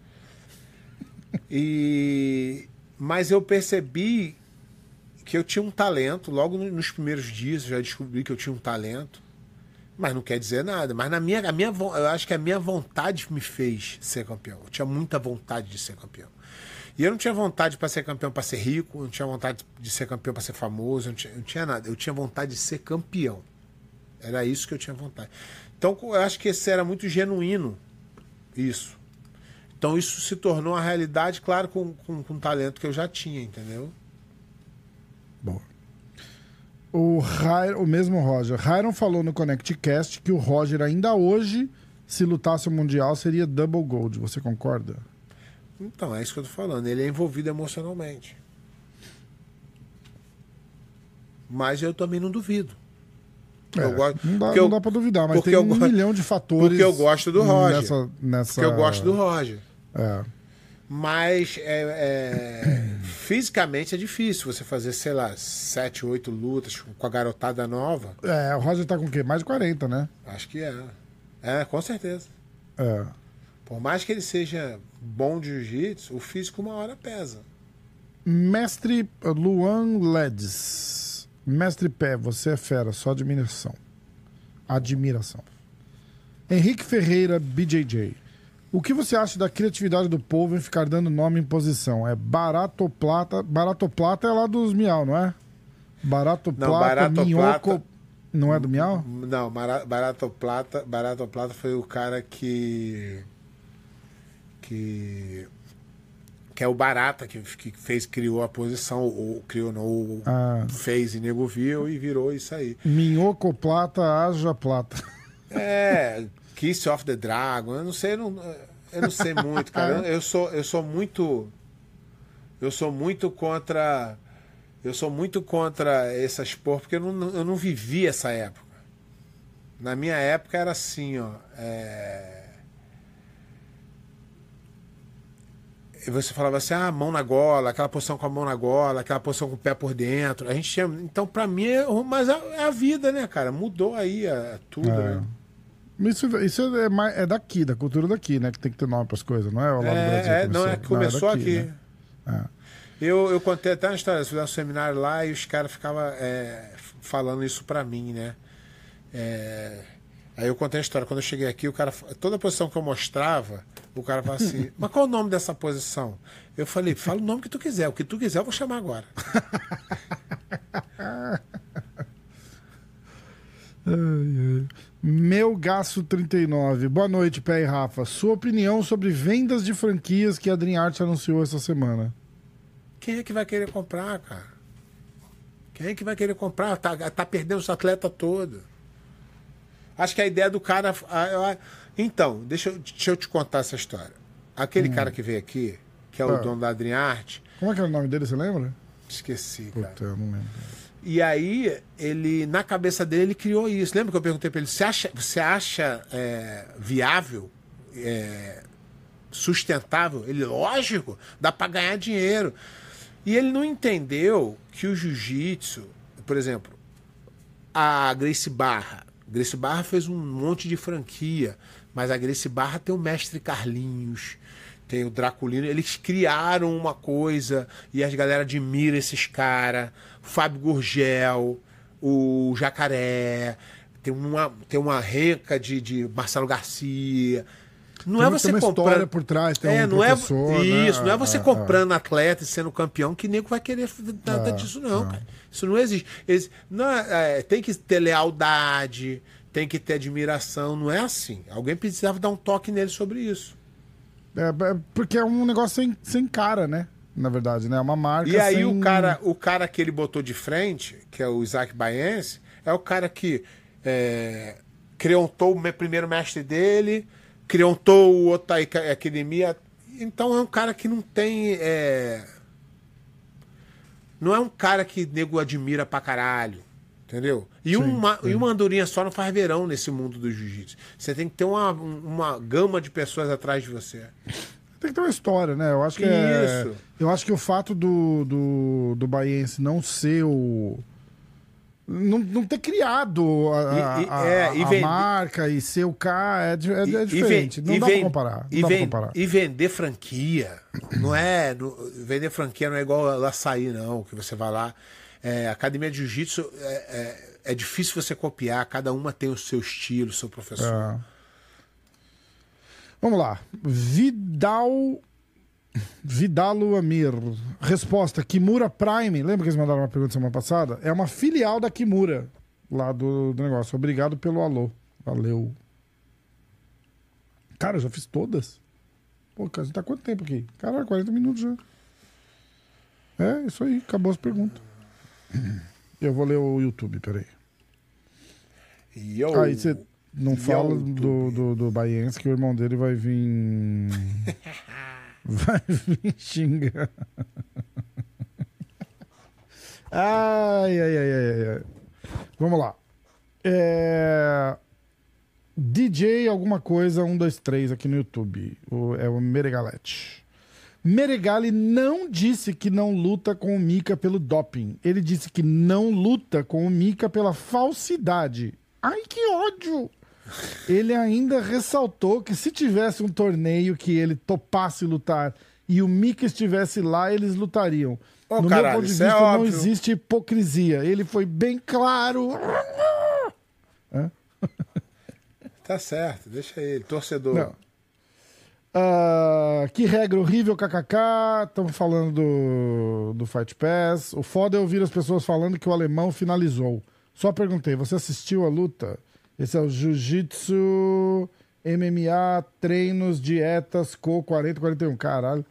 Mas eu percebi que eu tinha um talento. Logo nos primeiros dias eu já descobri que eu tinha um talento. Mas não quer dizer nada. Mas eu acho que a minha vontade me fez ser campeão. Eu tinha muita vontade de ser campeão. E eu não tinha vontade para ser campeão para ser rico, eu não tinha vontade de ser campeão para ser famoso, eu não tinha nada. Eu tinha vontade de ser campeão. Era isso que eu tinha vontade. Então eu acho que esse era muito genuíno, isso. Então isso se tornou uma realidade, claro, com o talento que eu já tinha, entendeu? Bom. O mesmo Roger. Ryron falou no ConnectCast que o Roger ainda hoje, se lutasse o Mundial, seria double gold. Você concorda? Então, é isso que eu tô falando. Ele é envolvido emocionalmente. Mas eu também não duvido. Não dá pra duvidar, mas tem um milhão de fatores. Porque eu gosto do Roger. Porque eu gosto do Roger. Mas fisicamente é difícil você fazer, sei lá, 7, 8 lutas com a garotada nova. O Roger tá com o quê? Mais de 40, né? Acho que é. Com certeza. É. Por mais que ele seja bom de jiu-jitsu, o físico uma hora pesa. Mestre Luan Ledes. Mestre Pé, você é fera, só admiração. Henrique Ferreira, BJJ. O que você acha da criatividade do povo em ficar dando nome em posição? É Baratoplata. Baratoplata é lá dos Miau, não é? Baratoplata, Minhoco. Não é do Miau? Não, Baratoplata foi o cara que que é o Barata, que criou a posição, ou criou, não, ou fez e nego viu e virou isso aí. Minhoco Plata, haja plata. Kiss of the Dragon, eu não sei muito, cara. Eu sou muito contra essas porra, porque eu não vivi essa época. Na minha época era assim, ó. E você falava assim, mão na gola, aquela posição com a mão na gola, aquela posição com o pé por dentro. A gente tinha. Então, pra mim, mas é a vida, né, cara? Mudou aí tudo, né? Isso é daqui, da cultura daqui, né? Que tem que ter nome pras coisas, não é? O lá do Brasil não, começou daqui, aqui. Né? Eu contei até uma história, eu fiz um seminário lá e os caras ficavam falando isso pra mim, né? Aí eu contei a história. Quando eu cheguei aqui, o cara, toda a posição que eu mostrava, o cara falava assim, mas qual é o nome dessa posição? Eu falei, fala o nome que tu quiser. O que tu quiser eu vou chamar agora. Meu Gaço 39. Boa noite, Pé e Rafa. Sua opinião sobre vendas de franquias que a Dream Art anunciou essa semana? Quem é que vai querer comprar, cara? Quem é que vai querer comprar? Tá perdendo os atletas todos. Acho que a ideia do cara... Então, deixa eu te contar essa história. Aquele cara que veio aqui, que é o dono da Dream Art... Como é que é o nome dele, você lembra? Esqueci, Puta, cara. eu não lembro. E aí, ele, na cabeça dele, ele criou isso. Lembra que eu perguntei pra ele, você acha viável, sustentável? Ele, lógico, dá pra ganhar dinheiro. E ele não entendeu que o jiu-jitsu, por exemplo, a Gracie Barra fez um monte de franquia, mas a Gracie Barra tem o Mestre Carlinhos, tem o Draculino, eles criaram uma coisa e as galera admira esses caras. Fábio Gurgel, o Jacaré, tem uma renca de Marcelo Garcia. Não é você tem uma comprando história por trás, tem um não professor, isso, né? não é você comprando atleta e sendo campeão que nego vai querer nada disso, não, cara. Isso não existe. Tem que ter lealdade, tem que ter admiração, não é assim. Alguém precisava dar um toque nele sobre isso. Porque é um negócio sem cara, né? Na verdade, né? É uma marca. E aí o cara que ele botou de frente, que é o Isaac Baense, é o cara que criou o primeiro mestre dele, criou o outro da academia. Então é um cara que não tem. Não é um cara que nego admira pra caralho. Entendeu? E uma andorinha só não faz verão nesse mundo do jiu-jitsu. Você tem que ter uma gama de pessoas atrás de você. Tem que ter uma história, né? Eu acho que isso. Eu acho que o fato do Bahiense não ser o... Não ter criado a marca e ser o cara é diferente. Não dá pra comparar. E vender franquia vender franquia não é igual açaí, não. Que você vai lá. Academia de Jiu-Jitsu é difícil você copiar. Cada uma tem o seu estilo, o seu professor. Vamos lá. Vidalo Amir. Resposta: Kimura Prime. Lembra que eles mandaram uma pergunta semana passada? É uma filial da Kimura, lá do negócio. Obrigado pelo alô. Valeu. Cara, eu já fiz todas. Pô, cara, você tá quanto tempo aqui? Caralho, 40 minutos já. Isso aí. Acabou as perguntas. Eu vou ler o YouTube, peraí. Aí você não fala do Bahiense, que o irmão dele vai vir... vai vir xingar. Ai. Vamos lá. DJ alguma coisa 123 aqui no YouTube. É o Meregalete. Meregali não disse que não luta com o Mika pelo doping. Ele disse que não luta com o Mika pela falsidade. Ai, que ódio! Ele ainda ressaltou que se tivesse um torneio que ele topasse lutar e o Mika estivesse lá, eles lutariam. No meu ponto de vista, não existe hipocrisia. Ele foi bem claro. Tá certo, deixa ele, torcedor. Não. Que regra horrível, kkk. Estamos falando do Fight Pass. O foda é ouvir as pessoas falando que o alemão finalizou. Só perguntei, você assistiu a luta? Esse é o Jiu-Jitsu MMA, treinos, dietas, co 40-41. Caralho.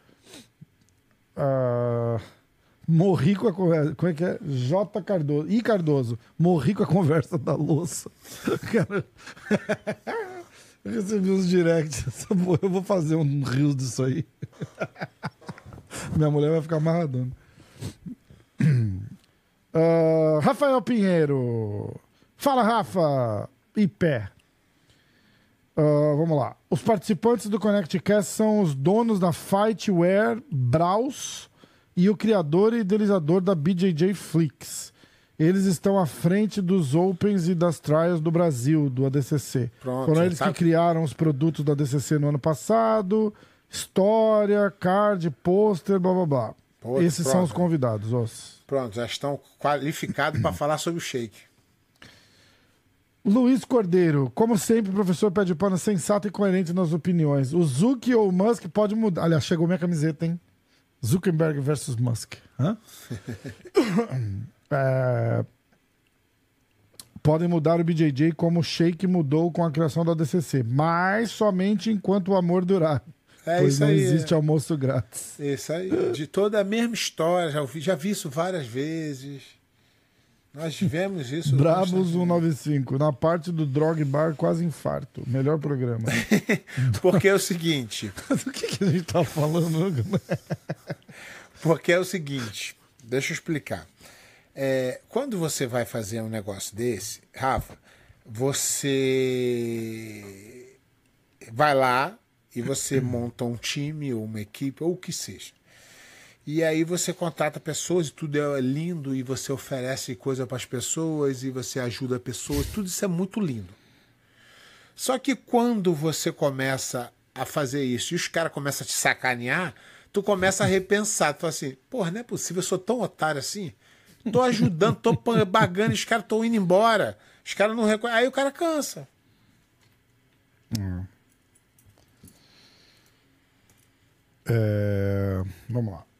Morri com a conversa. Como é que é? J. Cardoso. I. Cardoso. Morri com a conversa da louça. Cara. Eu recebi uns directs. Eu vou fazer um rios disso aí. Minha mulher vai ficar amarradona. Rafael Pinheiro. Fala, Rafa. E pé. Vamos lá. Os participantes do ConnectCast são os donos da Fightwear, Braus e o criador e idealizador da BJJ Flix. Eles estão à frente dos Opens e das Trials do Brasil, do ADCC. Pronto, foram eles que criaram os produtos do ADCC no ano passado. História, card, pôster, blá blá blá. Esses são os convidados. Pronto, já estão qualificados para falar sobre o shake. Luiz Cordeiro, como sempre, professor pé de pano sensato e coerente nas opiniões. O Zuck ou o Musk pode mudar. Aliás, chegou minha camiseta, hein? Zuckerberg versus Musk. Podem mudar o BJJ como o Shake mudou com a criação da ADCC, mas somente enquanto o amor durar. Pois isso não aí. existe almoço grátis. Isso aí. De toda a mesma história, já vi isso várias vezes. Nós tivemos isso. Brabos 195. Na parte do Drog Bar, quase infarto. Melhor programa. Porque é o seguinte. Do que a gente tá falando? Porque é o seguinte. Deixa eu explicar. Quando você vai fazer um negócio desse, Rafa, você vai lá e você monta um time ou uma equipe ou o que seja. E aí você contrata pessoas e tudo é lindo e você oferece coisa para as pessoas e você ajuda pessoas, tudo isso é muito lindo. Só que quando você começa a fazer isso e os caras começam a te sacanear, tu começa a repensar, tu fala assim, porra, não é possível, eu sou tão otário assim, tô ajudando, tô pagando, os caras estão indo embora, os caras não reconhecem, aí o cara cansa. Vamos lá.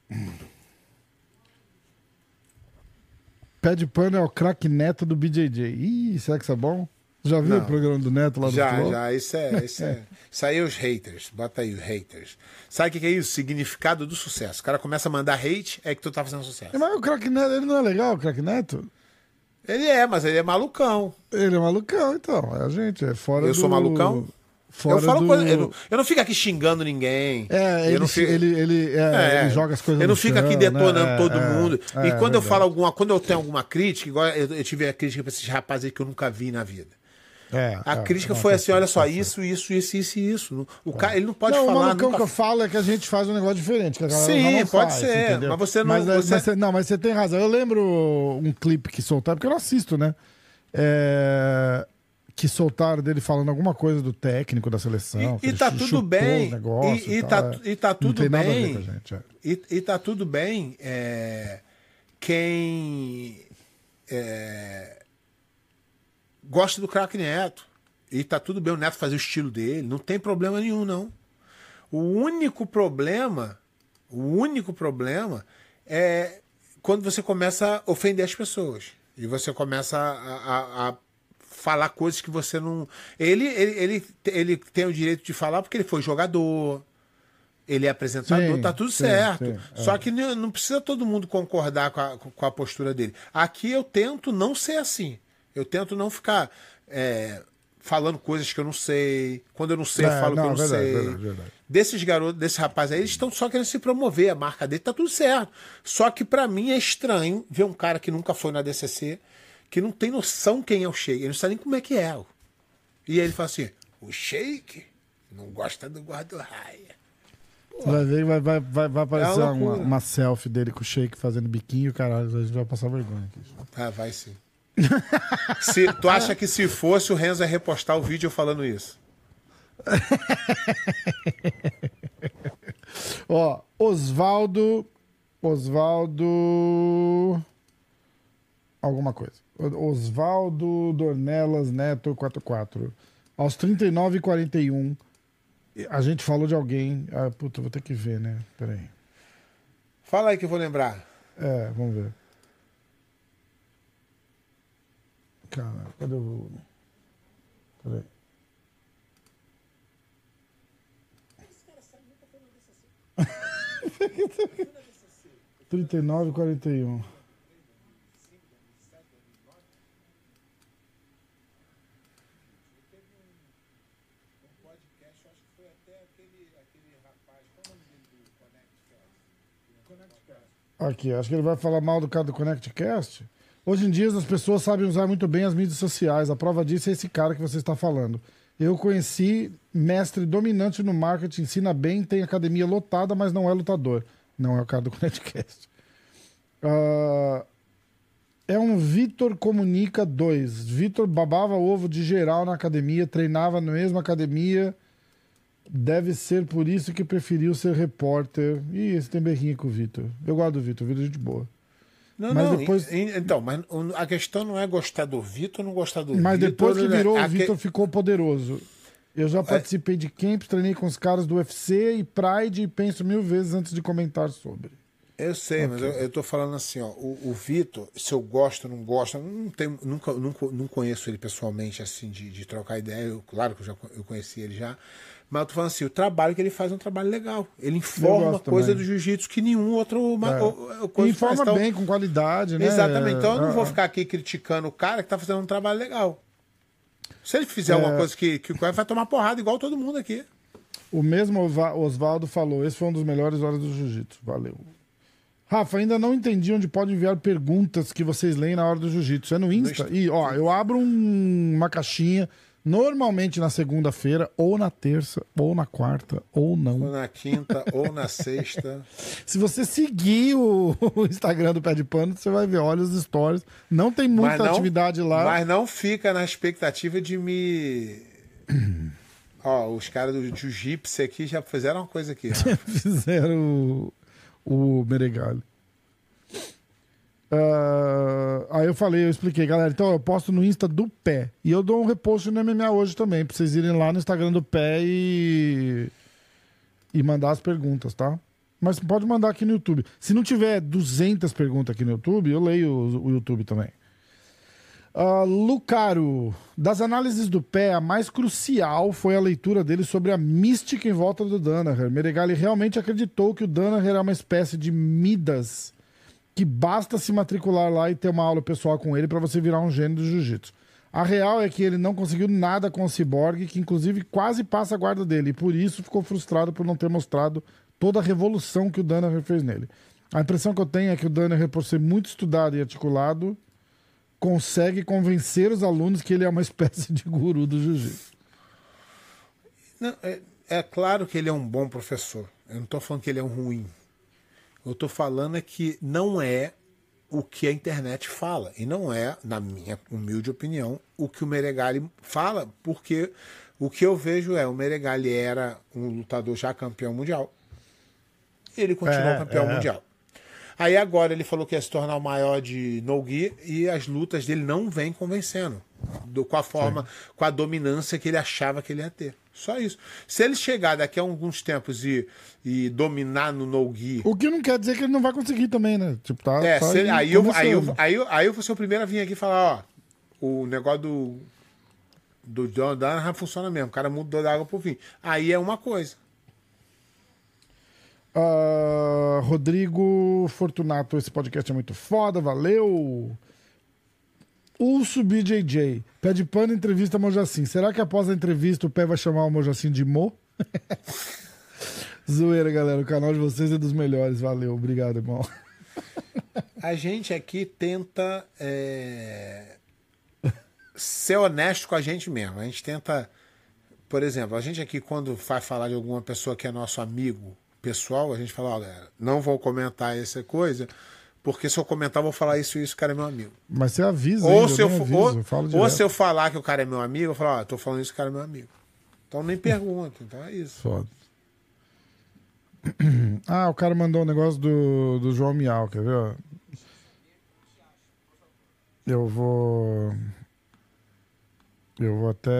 Pé de pano é o craque Neto do BJJ. Ih, será que isso é bom? Já viu o programa do Neto lá do futebol? Já. Isso aí é os haters. Bota aí os haters. Sabe o que é isso? Significado do sucesso. O cara começa a mandar hate, é que tu tá fazendo sucesso. Mas o craque Neto, ele não é legal, o craque Neto? Mas ele é malucão. Ele é malucão, então. A gente é fora Eu do... sou malucão? Fora eu falo do... coisa, eu não fico aqui xingando ninguém. Ele joga as coisas eu não no fico chão, aqui detonando né? todo mundo. E quando eu falo quando eu tenho alguma crítica, igual eu tive a crítica pra esses rapazes aí que eu nunca vi na vida. A crítica foi assim, olha só, isso. O cara, ele não pode falar. O malucão que eu falo é que a gente faz um negócio diferente. Que a galera Sim, não pode faz, ser. entendeu? Mas você não. Mas você tem razão. Eu lembro um clipe que soltaram, porque eu não assisto, né? Que soltaram dele falando alguma coisa do técnico da seleção. E tá tudo bem. E tá tudo bem. E tá tudo bem. Quem gosta do craque Neto. E tá tudo bem o Neto fazer o estilo dele. Não tem problema nenhum, não. O único problema é quando você começa a ofender as pessoas. E você começa a falar coisas que você não... Ele tem o direito de falar porque ele foi jogador, ele é apresentador, tá tudo certo. Só que não precisa todo mundo concordar com a postura dele. Aqui eu tento não ser assim. Eu tento não ficar falando coisas que eu não sei. Quando eu não sei, eu falo que eu não sei. Verdade. Desses garotos, desse rapaz aí, eles estão só querendo se promover. A marca dele tá tudo certo. Só que pra mim é estranho ver um cara que nunca foi na DCC, que não tem noção quem é o Sheik. Ele não sabe nem como é que é. E aí ele fala assim, o Sheik não gosta do guarda-raia. Vai ver, vai aparecer uma selfie dele com o Sheik fazendo biquinho, caralho, a gente vai passar vergonha aqui. Vai sim. Tu acha que se fosse o Renzo ia repostar o vídeo falando isso? Ó, Osvaldo alguma coisa. Osvaldo Dornelas Neto 44. Aos 39h41, a gente falou de alguém. Puta, vou ter que ver, né? Peraí. Fala aí que eu vou lembrar. Vamos ver. Cara, cadê o... Peraí. 39,41. Aqui, acho que ele vai falar mal do cara do ConnectCast. Hoje em dia as pessoas sabem usar muito bem as mídias sociais. A prova disso é esse cara que você está falando. Eu conheci mestre dominante no marketing, ensina bem, tem academia lotada, mas não é lutador. Não é o cara do ConnectCast. É um Vitor Comunica 2. Vitor babava ovo de geral na academia, treinava na mesma academia. Deve ser por isso que preferiu ser repórter. Ih, esse tem berrinha com o Vitor. Eu gosto do Vitor, Vitor é gente boa. Não, mas não. Depois... Então, mas a questão não é gostar do Vitor ou não gostar do Vitor. Mas depois que virou, o Vitor ficou poderoso. Eu já participei de camps, treinei com os caras do UFC e Pride e penso 1000 vezes antes de comentar sobre. Eu sei, mas eu tô falando assim, ó, o Vitor, se eu gosto ou não gosto, não conheço ele pessoalmente, assim, de trocar ideia. Claro que eu conheci ele já. Mas eu tô falando assim, o trabalho que ele faz é um trabalho legal. Ele informa coisa do jiu-jitsu que nenhum outro coisa informa faz. Então, bem, com qualidade, né? Exatamente. Então eu não vou ficar aqui criticando o cara que tá fazendo um trabalho legal. Se ele fizer alguma coisa que vai tomar porrada igual todo mundo aqui. O mesmo Oswaldo falou, esse foi um dos melhores horas do jiu-jitsu. Valeu. Rafa, ainda não entendi onde pode enviar perguntas que vocês leem na hora do jiu-jitsu. É no Insta? E, ó, eu abro uma caixinha, normalmente na segunda-feira, ou na terça, ou na quarta, ou não. Ou na quinta, ou na sexta. Se você seguir o Instagram do Pé de Pano, você vai ver, olha os stories. Não tem muita atividade lá. Mas não fica na expectativa de me... Ó, os caras do Jiu-Jitsu aqui já fizeram uma coisa aqui. Já fizeram o Meregali. Aí eu expliquei, galera. Então eu posto no Insta do Pé. E eu dou um repost no MMA hoje também, pra vocês irem lá no Instagram do Pé e mandar as perguntas, tá? Mas pode mandar aqui no YouTube. Se não tiver 200 perguntas aqui no YouTube, eu leio o YouTube também. Lucaro, das análises do Pé, a mais crucial foi a leitura dele sobre a mística em volta do Danaher. Meregali realmente acreditou que o Danaher é uma espécie de Midas, que basta se matricular lá e ter uma aula pessoal com ele para você virar um gênio do jiu-jitsu. A real é que ele não conseguiu nada com o Cyborg, que inclusive quase passa a guarda dele, e por isso ficou frustrado por não ter mostrado toda a revolução que o Danaher fez nele. A impressão que eu tenho é que o Danaher, por ser muito estudado e articulado, consegue convencer os alunos que ele é uma espécie de guru do jiu-jitsu. É claro que ele é um bom professor. Eu não estou falando que ele é um ruim. Eu estou falando é que não é o que a internet fala. E não é, na minha humilde opinião, o que o Meregali fala, porque o que eu vejo o Meregali era um lutador já campeão mundial. Ele continuou campeão mundial. Aí agora ele falou que ia se tornar o maior de no-gi e as lutas dele não vêm convencendo. Com a forma, com a dominância que ele achava que ele ia ter. Só isso. Se ele chegar daqui a alguns tempos e dominar no no-gi... O que não quer dizer que ele não vai conseguir também, né? Tipo, tá aí eu vou ser o primeiro a vir aqui falar, ó, o negócio do John Danaher funciona mesmo. O cara mudou da água pro vinho. Aí é uma coisa. Rodrigo Fortunato, esse podcast é muito foda, valeu. Urso BJJ, Pé de Pano entrevista Mojacin. Será que após a entrevista o Pé vai chamar o Mojacin de Mo? Zoeira, galera, o canal de vocês é dos melhores, valeu, obrigado, irmão. A gente aqui tenta ser honesto com a gente mesmo. A gente tenta, por exemplo, a gente aqui quando vai falar de alguma pessoa que é nosso amigo pessoal, a gente fala, ó, galera, não vou comentar essa coisa, porque se eu comentar, eu vou falar isso e isso, o cara é meu amigo. Mas você avisa, ou se eu falar que o cara é meu amigo, eu falo, ó, tô falando isso, o cara é meu amigo. Então nem pergunta, então é isso. Foda. O cara mandou um negócio do João Miau, quer ver? Eu vou até...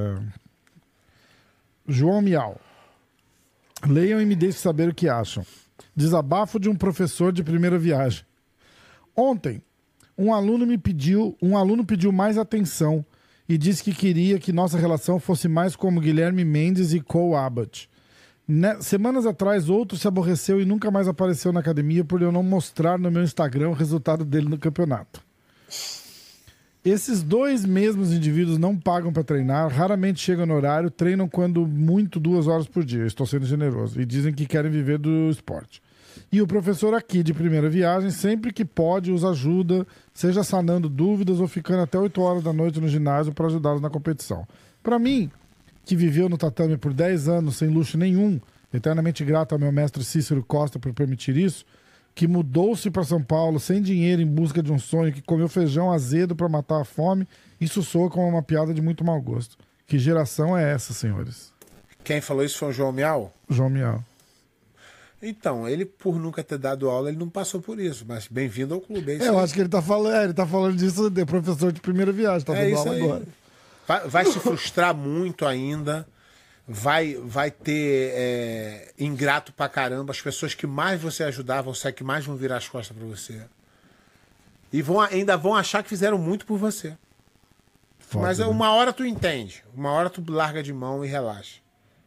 João Miau. Leiam e me deixem saber o que acham. Desabafo de um professor de primeira viagem. Ontem, um aluno pediu mais atenção e disse que queria que nossa relação fosse mais como Guilherme Mendes e Cole Abbott. Semanas atrás, outro se aborreceu e nunca mais apareceu na academia por eu não mostrar no meu Instagram o resultado dele no campeonato. Esses dois mesmos indivíduos não pagam para treinar, raramente chegam no horário, treinam quando muito 2 horas por dia, estou sendo generoso, e dizem que querem viver do esporte. E o professor aqui de primeira viagem, sempre que pode, os ajuda, seja sanando dúvidas ou ficando até 8 horas da noite no ginásio para ajudá-los na competição. Para mim, que viveu no tatame por 10 anos sem luxo nenhum, eternamente grato ao meu mestre Cícero Costa por permitir isso, que mudou-se para São Paulo sem dinheiro em busca de um sonho, que comeu feijão azedo para matar a fome, isso soa como uma piada de muito mau gosto. Que geração é essa, senhores? Quem falou isso foi o João Miau? João Miau. Então, ele, por nunca ter dado aula, ele não passou por isso, mas bem-vindo ao clube. Eu acho que ele tá falando disso de professor de primeira viagem, tá dando aula agora. Vai se frustrar muito ainda, vai ter ingrato pra caramba, as pessoas que mais você ajudar vão ser que mais vão virar as costas pra você. E ainda vão achar que fizeram muito por você. Foda, mas né? Uma hora tu entende, uma hora tu larga de mão e relaxa.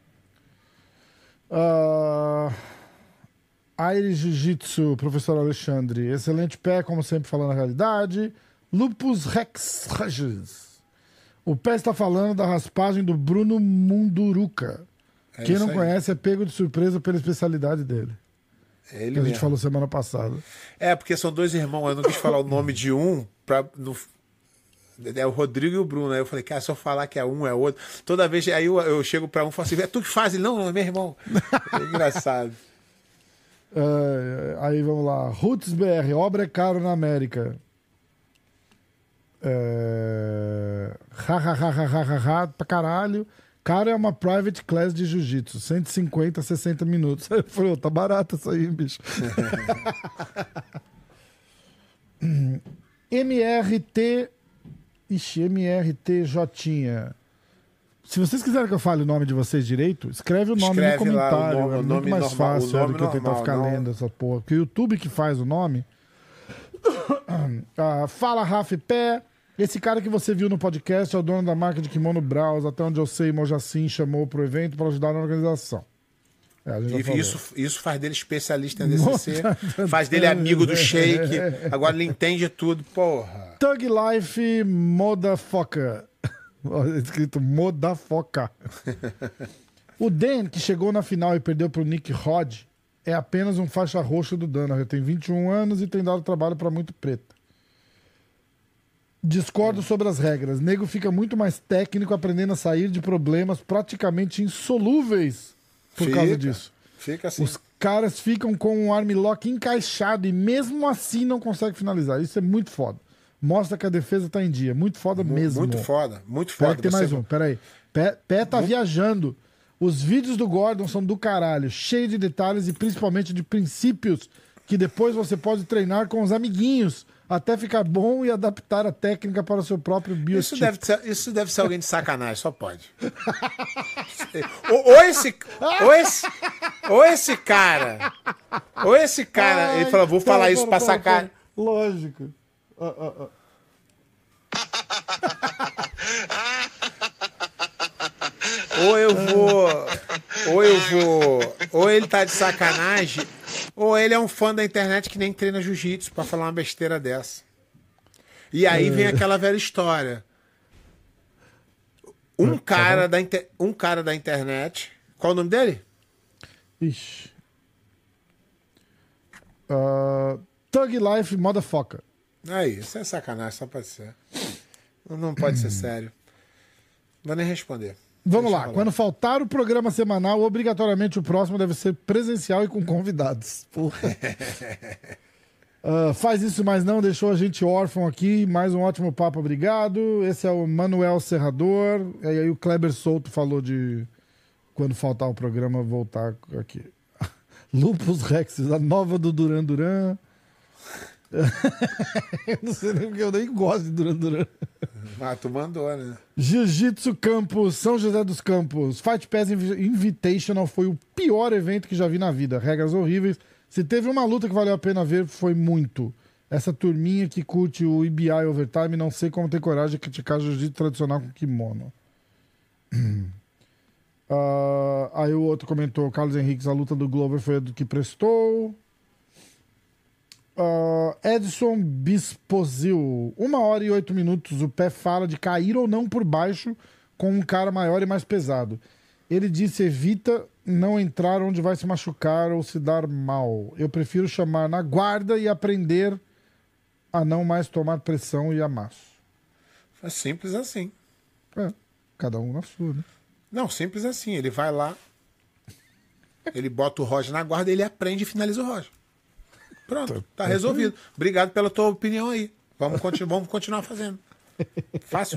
Aire Jiu-Jitsu, professor Alexandre. Excelente pé, como sempre, falando a realidade. Lupus Rex Regis. O pé está falando da raspagem do Bruno Munduruca. Quem não conhece é pego de surpresa pela especialidade dele. É ele que a gente mesmo. falou semana passada. Porque são 2 irmãos. Eu não quis falar o nome de um é o Rodrigo e o Bruno. Aí eu falei, cara, se eu falar que é um, é outro. Toda vez aí eu chego pra um e falo assim, é tu que faz? Ele, não, é meu irmão. É engraçado. Aí vamos lá. Roots BR, obra é caro na América. Pra caralho. Caro é uma private class de jiu-jitsu. 150, 60 minutos. Aí eu falei, tá barato isso aí, bicho. MRT. Ixi, MRTJ. Se vocês quiserem que eu fale o nome de vocês direito, escreve o nome no comentário. Lá, é muito mais fácil do que eu tentar ficar lendo essa porra. Porque o YouTube que faz o nome. Fala, Rafa Pé. Esse cara que você viu no podcast é o dono da marca de kimono Braus. Até onde eu sei, Mojacin chamou pro evento para ajudar na organização. Isso faz dele especialista em DCC. Faz dele amigo do Sheik. Agora ele entende tudo, porra. Thug Life Motherfucker. Escrito Motherfucker. O Dan, que chegou na final e perdeu pro Nick Rod, é apenas um faixa roxa do Danaher. Tem 21 anos e tem dado trabalho para muito preto. Discordo sobre as regras. Nego fica muito mais técnico aprendendo a sair de problemas praticamente insolúveis por causa disso. Fica assim. Os caras ficam com um armlock encaixado e mesmo assim não conseguem finalizar. Isso é muito foda. Mostra que a defesa tá em dia. Muito foda mesmo. Muito foda, muito foda. Peraí que tem mais um, peraí. Pé tá viajando. Os vídeos do Gordon são do caralho, cheio de detalhes e principalmente de princípios que depois você pode treinar com os amiguinhos até ficar bom e adaptar a técnica para o seu próprio biotipo. Isso deve ser alguém de sacanagem, só pode. ou esse cara, ele falou, vou falar isso pra sacar. Lógico. Ou ele tá de sacanagem, ou ele é um fã da internet que nem treina jiu-jitsu pra falar uma besteira dessa. E aí vem aquela velha história. Um cara da internet, qual o nome dele? Ixi. Thug Life Motherfucker. Aí, isso é sacanagem, só pode ser. Não pode ser sério. Não vou nem responder. Vamos lá, quando faltar o programa semanal, obrigatoriamente o próximo deve ser presencial e com convidados. Porra. Faz isso, mas não, deixou a gente órfão aqui. Mais um ótimo papo, obrigado. Esse é o Manuel Serrador. E aí o Kleber Souto falou de quando faltar o programa, voltar aqui. Lupus Rexes, a nova do Duran Duran. Eu não sei nem porque eu nem gosto de Duran Duran. Ah, tu mandou, né? Jiu-Jitsu Campos, São José dos Campos. Fight Pass Invitational foi o pior evento que já vi na vida. Regras horríveis. Se teve uma luta que valeu a pena ver, foi muito. Essa turminha que curte o EBI Overtime, não sei como ter coragem de criticar jiu-jitsu tradicional com kimono. Aí o outro comentou, Carlos Henriques, a luta do Glover foi a do que prestou. Edson Bisposil, 1h08, o Pé fala de cair ou não por baixo com um cara maior e mais pesado. Ele disse, evita não entrar onde vai se machucar ou se dar mal. Eu prefiro chamar na guarda e aprender a não mais tomar pressão e amasso. É simples assim. Cada um na sua, né? Não, simples assim. Ele vai lá, ele bota o Roger na guarda, ele aprende e finaliza o Roger. Pronto, tá resolvido. Obrigado pela tua opinião aí. Vamos continuar fazendo. Fácil.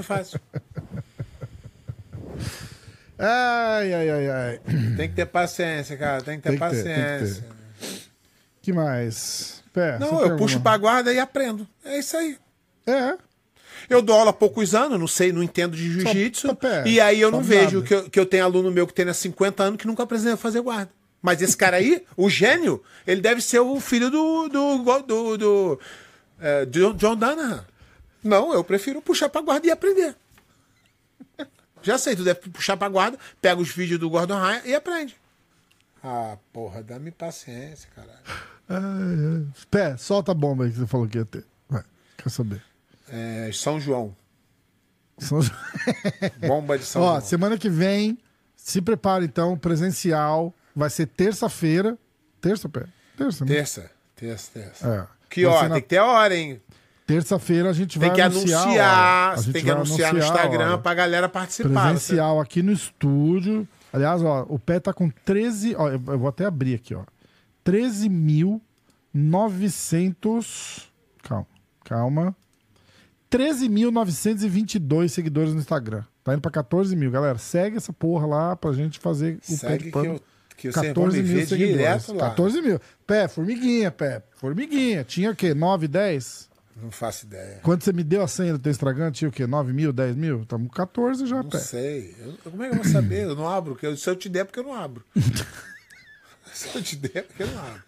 Ai. Tem que ter paciência, cara. Tem que ter paciência. Que mais? Pé, Não, eu puxo pra guarda e aprendo. É isso aí. Eu dou aula há poucos anos, não entendo de jiu-jitsu. E aí eu não vejo que eu tenho aluno meu que tem 50 anos que nunca aprendeu a fazer guarda. Mas esse cara aí, o gênio, ele deve ser o filho do John Danaher. Não, eu prefiro puxar pra guarda e aprender. Já sei, tu deve puxar pra guarda, pega os vídeos do Gordon Ryan e aprende. Ah, porra, dá-me paciência, caralho. Pé, solta a bomba aí que você falou que ia ter. Vai, quer saber. São João. Bomba de São João. Semana que vem, se prepara então, presencial. Vai ser terça-feira. Terça, Pé? Terça, né? Terça. Que hora? Tem que ter hora, hein? Terça-feira a gente vai anunciar. Você tem que anunciar no Instagram pra galera participar. Presencial aqui no estúdio. Aliás, o Pé tá com 13... eu vou até abrir aqui, 13.900... Calma. 13.922 seguidores no Instagram. Tá indo pra 14 mil. Galera, segue essa porra lá pra gente fazer o Pé de Pano. Que você vai me ver direto lá. 14 mil. Pé, formiguinha. Tinha o quê? 9, 10? Não faço ideia. Quando você me deu a senha do teu Instagram, tinha o quê? 9 mil, 10 mil? Estamos com 14 já, Pé. Não sei. Como é que eu vou saber? Eu não abro. Se eu te der, porque eu não abro. Se eu te der, porque eu não abro.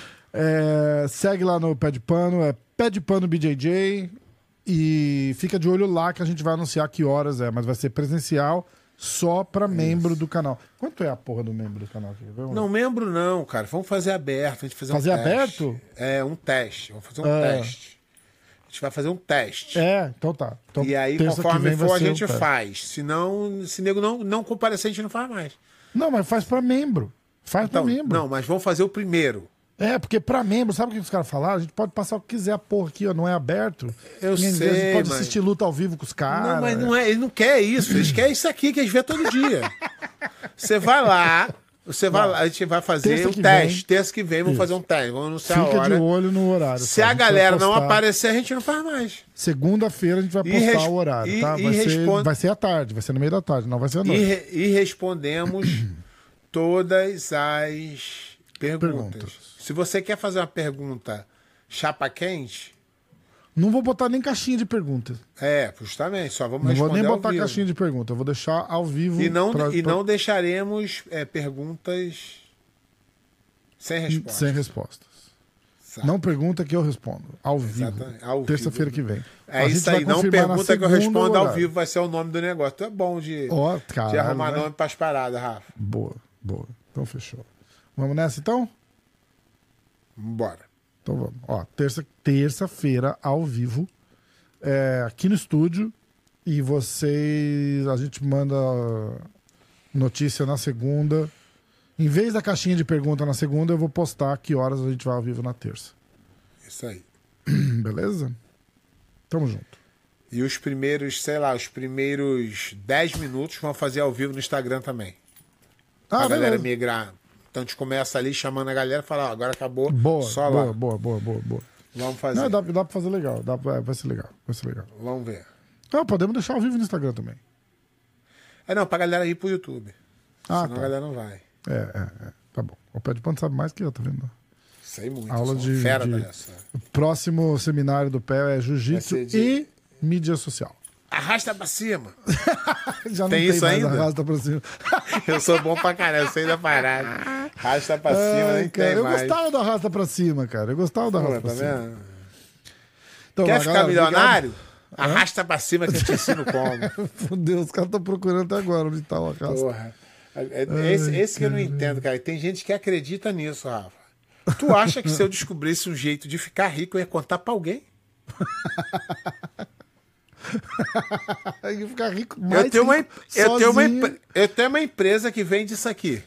Segue lá no Pé de Pano. Pé de Pano BJJ. E fica de olho lá que a gente vai anunciar que horas mas vai ser presencial só pra membro do canal. Quanto é a porra do membro do canal? Não, membro não, cara. Vamos fazer aberto. A gente fazer um teste. Aberto? Um teste. Vamos fazer um teste. A gente vai fazer um teste. Então tá. Então, e aí, conforme for, a gente faz. Se nego não comparecer, a gente não faz mais. Não, mas faz pra membro. Pra membro. Não, mas vamos fazer o primeiro. Porque pra membro, sabe o que os caras falaram? A gente pode passar o que quiser a porra aqui, não é aberto. Eu sei, a gente pode assistir luta ao vivo com os caras. Não, mas não é, ele não quer isso. Eles querem isso aqui que eles vê todo dia. Você vai lá, a gente vai fazer um teste. Terça que vem, vamos fazer um teste. Vamos anunciar a hora. Fica de olho no horário. Se a galera não aparecer, a gente não faz mais. Segunda-feira a gente vai postar o horário, tá? Vai ser à tarde, vai ser no meio da tarde, não vai ser à noite. E respondemos todas as perguntas. Se você quer fazer uma pergunta chapa quente... Não vou botar nem caixinha de perguntas. Justamente. Só vamos responder. Não vou nem botar caixinha de perguntas. Eu vou deixar ao vivo. Não deixaremos perguntas sem respostas. Sem respostas. Sabe. Não pergunta que eu respondo. Ao vivo. Terça-feira que vem. Isso aí. Não pergunta que eu respondo ao vivo. Vai ser o nome do negócio. Tu é bom de arrumar nome pras paradas, Rafa. Boa. Então fechou. Vamos nessa então? Bora. Então vamos. Terça-feira, ao vivo, aqui no estúdio. E a gente manda notícia na segunda. Em vez da caixinha de pergunta na segunda, eu vou postar que horas a gente vai ao vivo na terça. Isso aí. Beleza? Tamo junto. E os primeiros 10 minutos vão fazer ao vivo no Instagram também. A galera migrar. Então a gente começa ali chamando a galera e fala, agora acabou, só lá. Boa. Vamos fazer. Não, dá pra fazer legal. Vai ser legal. Vamos ver. Podemos deixar ao vivo no Instagram também. Pra galera ir pro YouTube. Senão a galera não vai. Tá bom. O Pé de Pano sabe mais que eu, tá vendo? Sei muito. Aula de fera dessa. O próximo seminário do Pé é Jiu-Jitsu e mídia social. Arrasta pra cima. Já não tem isso mais ainda? Arrasta pra cima. Eu sou bom pra caralho, eu sei da parada. Arrasta pra cima, nem cara, tem mais. Eu gostava do arrasta pra cima, cara. Pra cima. Então, quer ficar milionário? Arrasta pra cima que eu te ensino como. Fudeu, os caras estão procurando até agora onde tá o arrasta. Porra. Esse que eu não entendo, cara. Tem gente que acredita nisso, Rafa. Tu acha que se eu descobrisse um jeito de ficar rico, eu ia contar pra alguém? Ia ficar rico mais Eu tenho sozinho. uma empresa que vende isso aqui.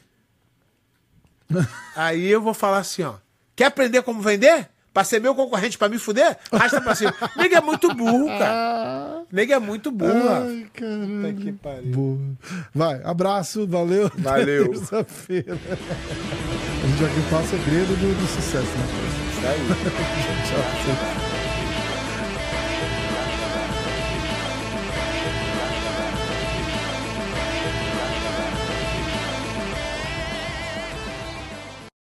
Aí eu vou falar assim, ó. Quer aprender como vender? Pra ser meu concorrente, pra me fuder? Arrasta pra cima. Nego é muito burro, cara. Nego é muito burro. Ai, caralho. Puta que pariu. Boa. Vai, abraço, valeu. Valeu. Até terça-feira. A gente vai contar o segredo do sucesso, né? Isso aí. Tchau, tchau.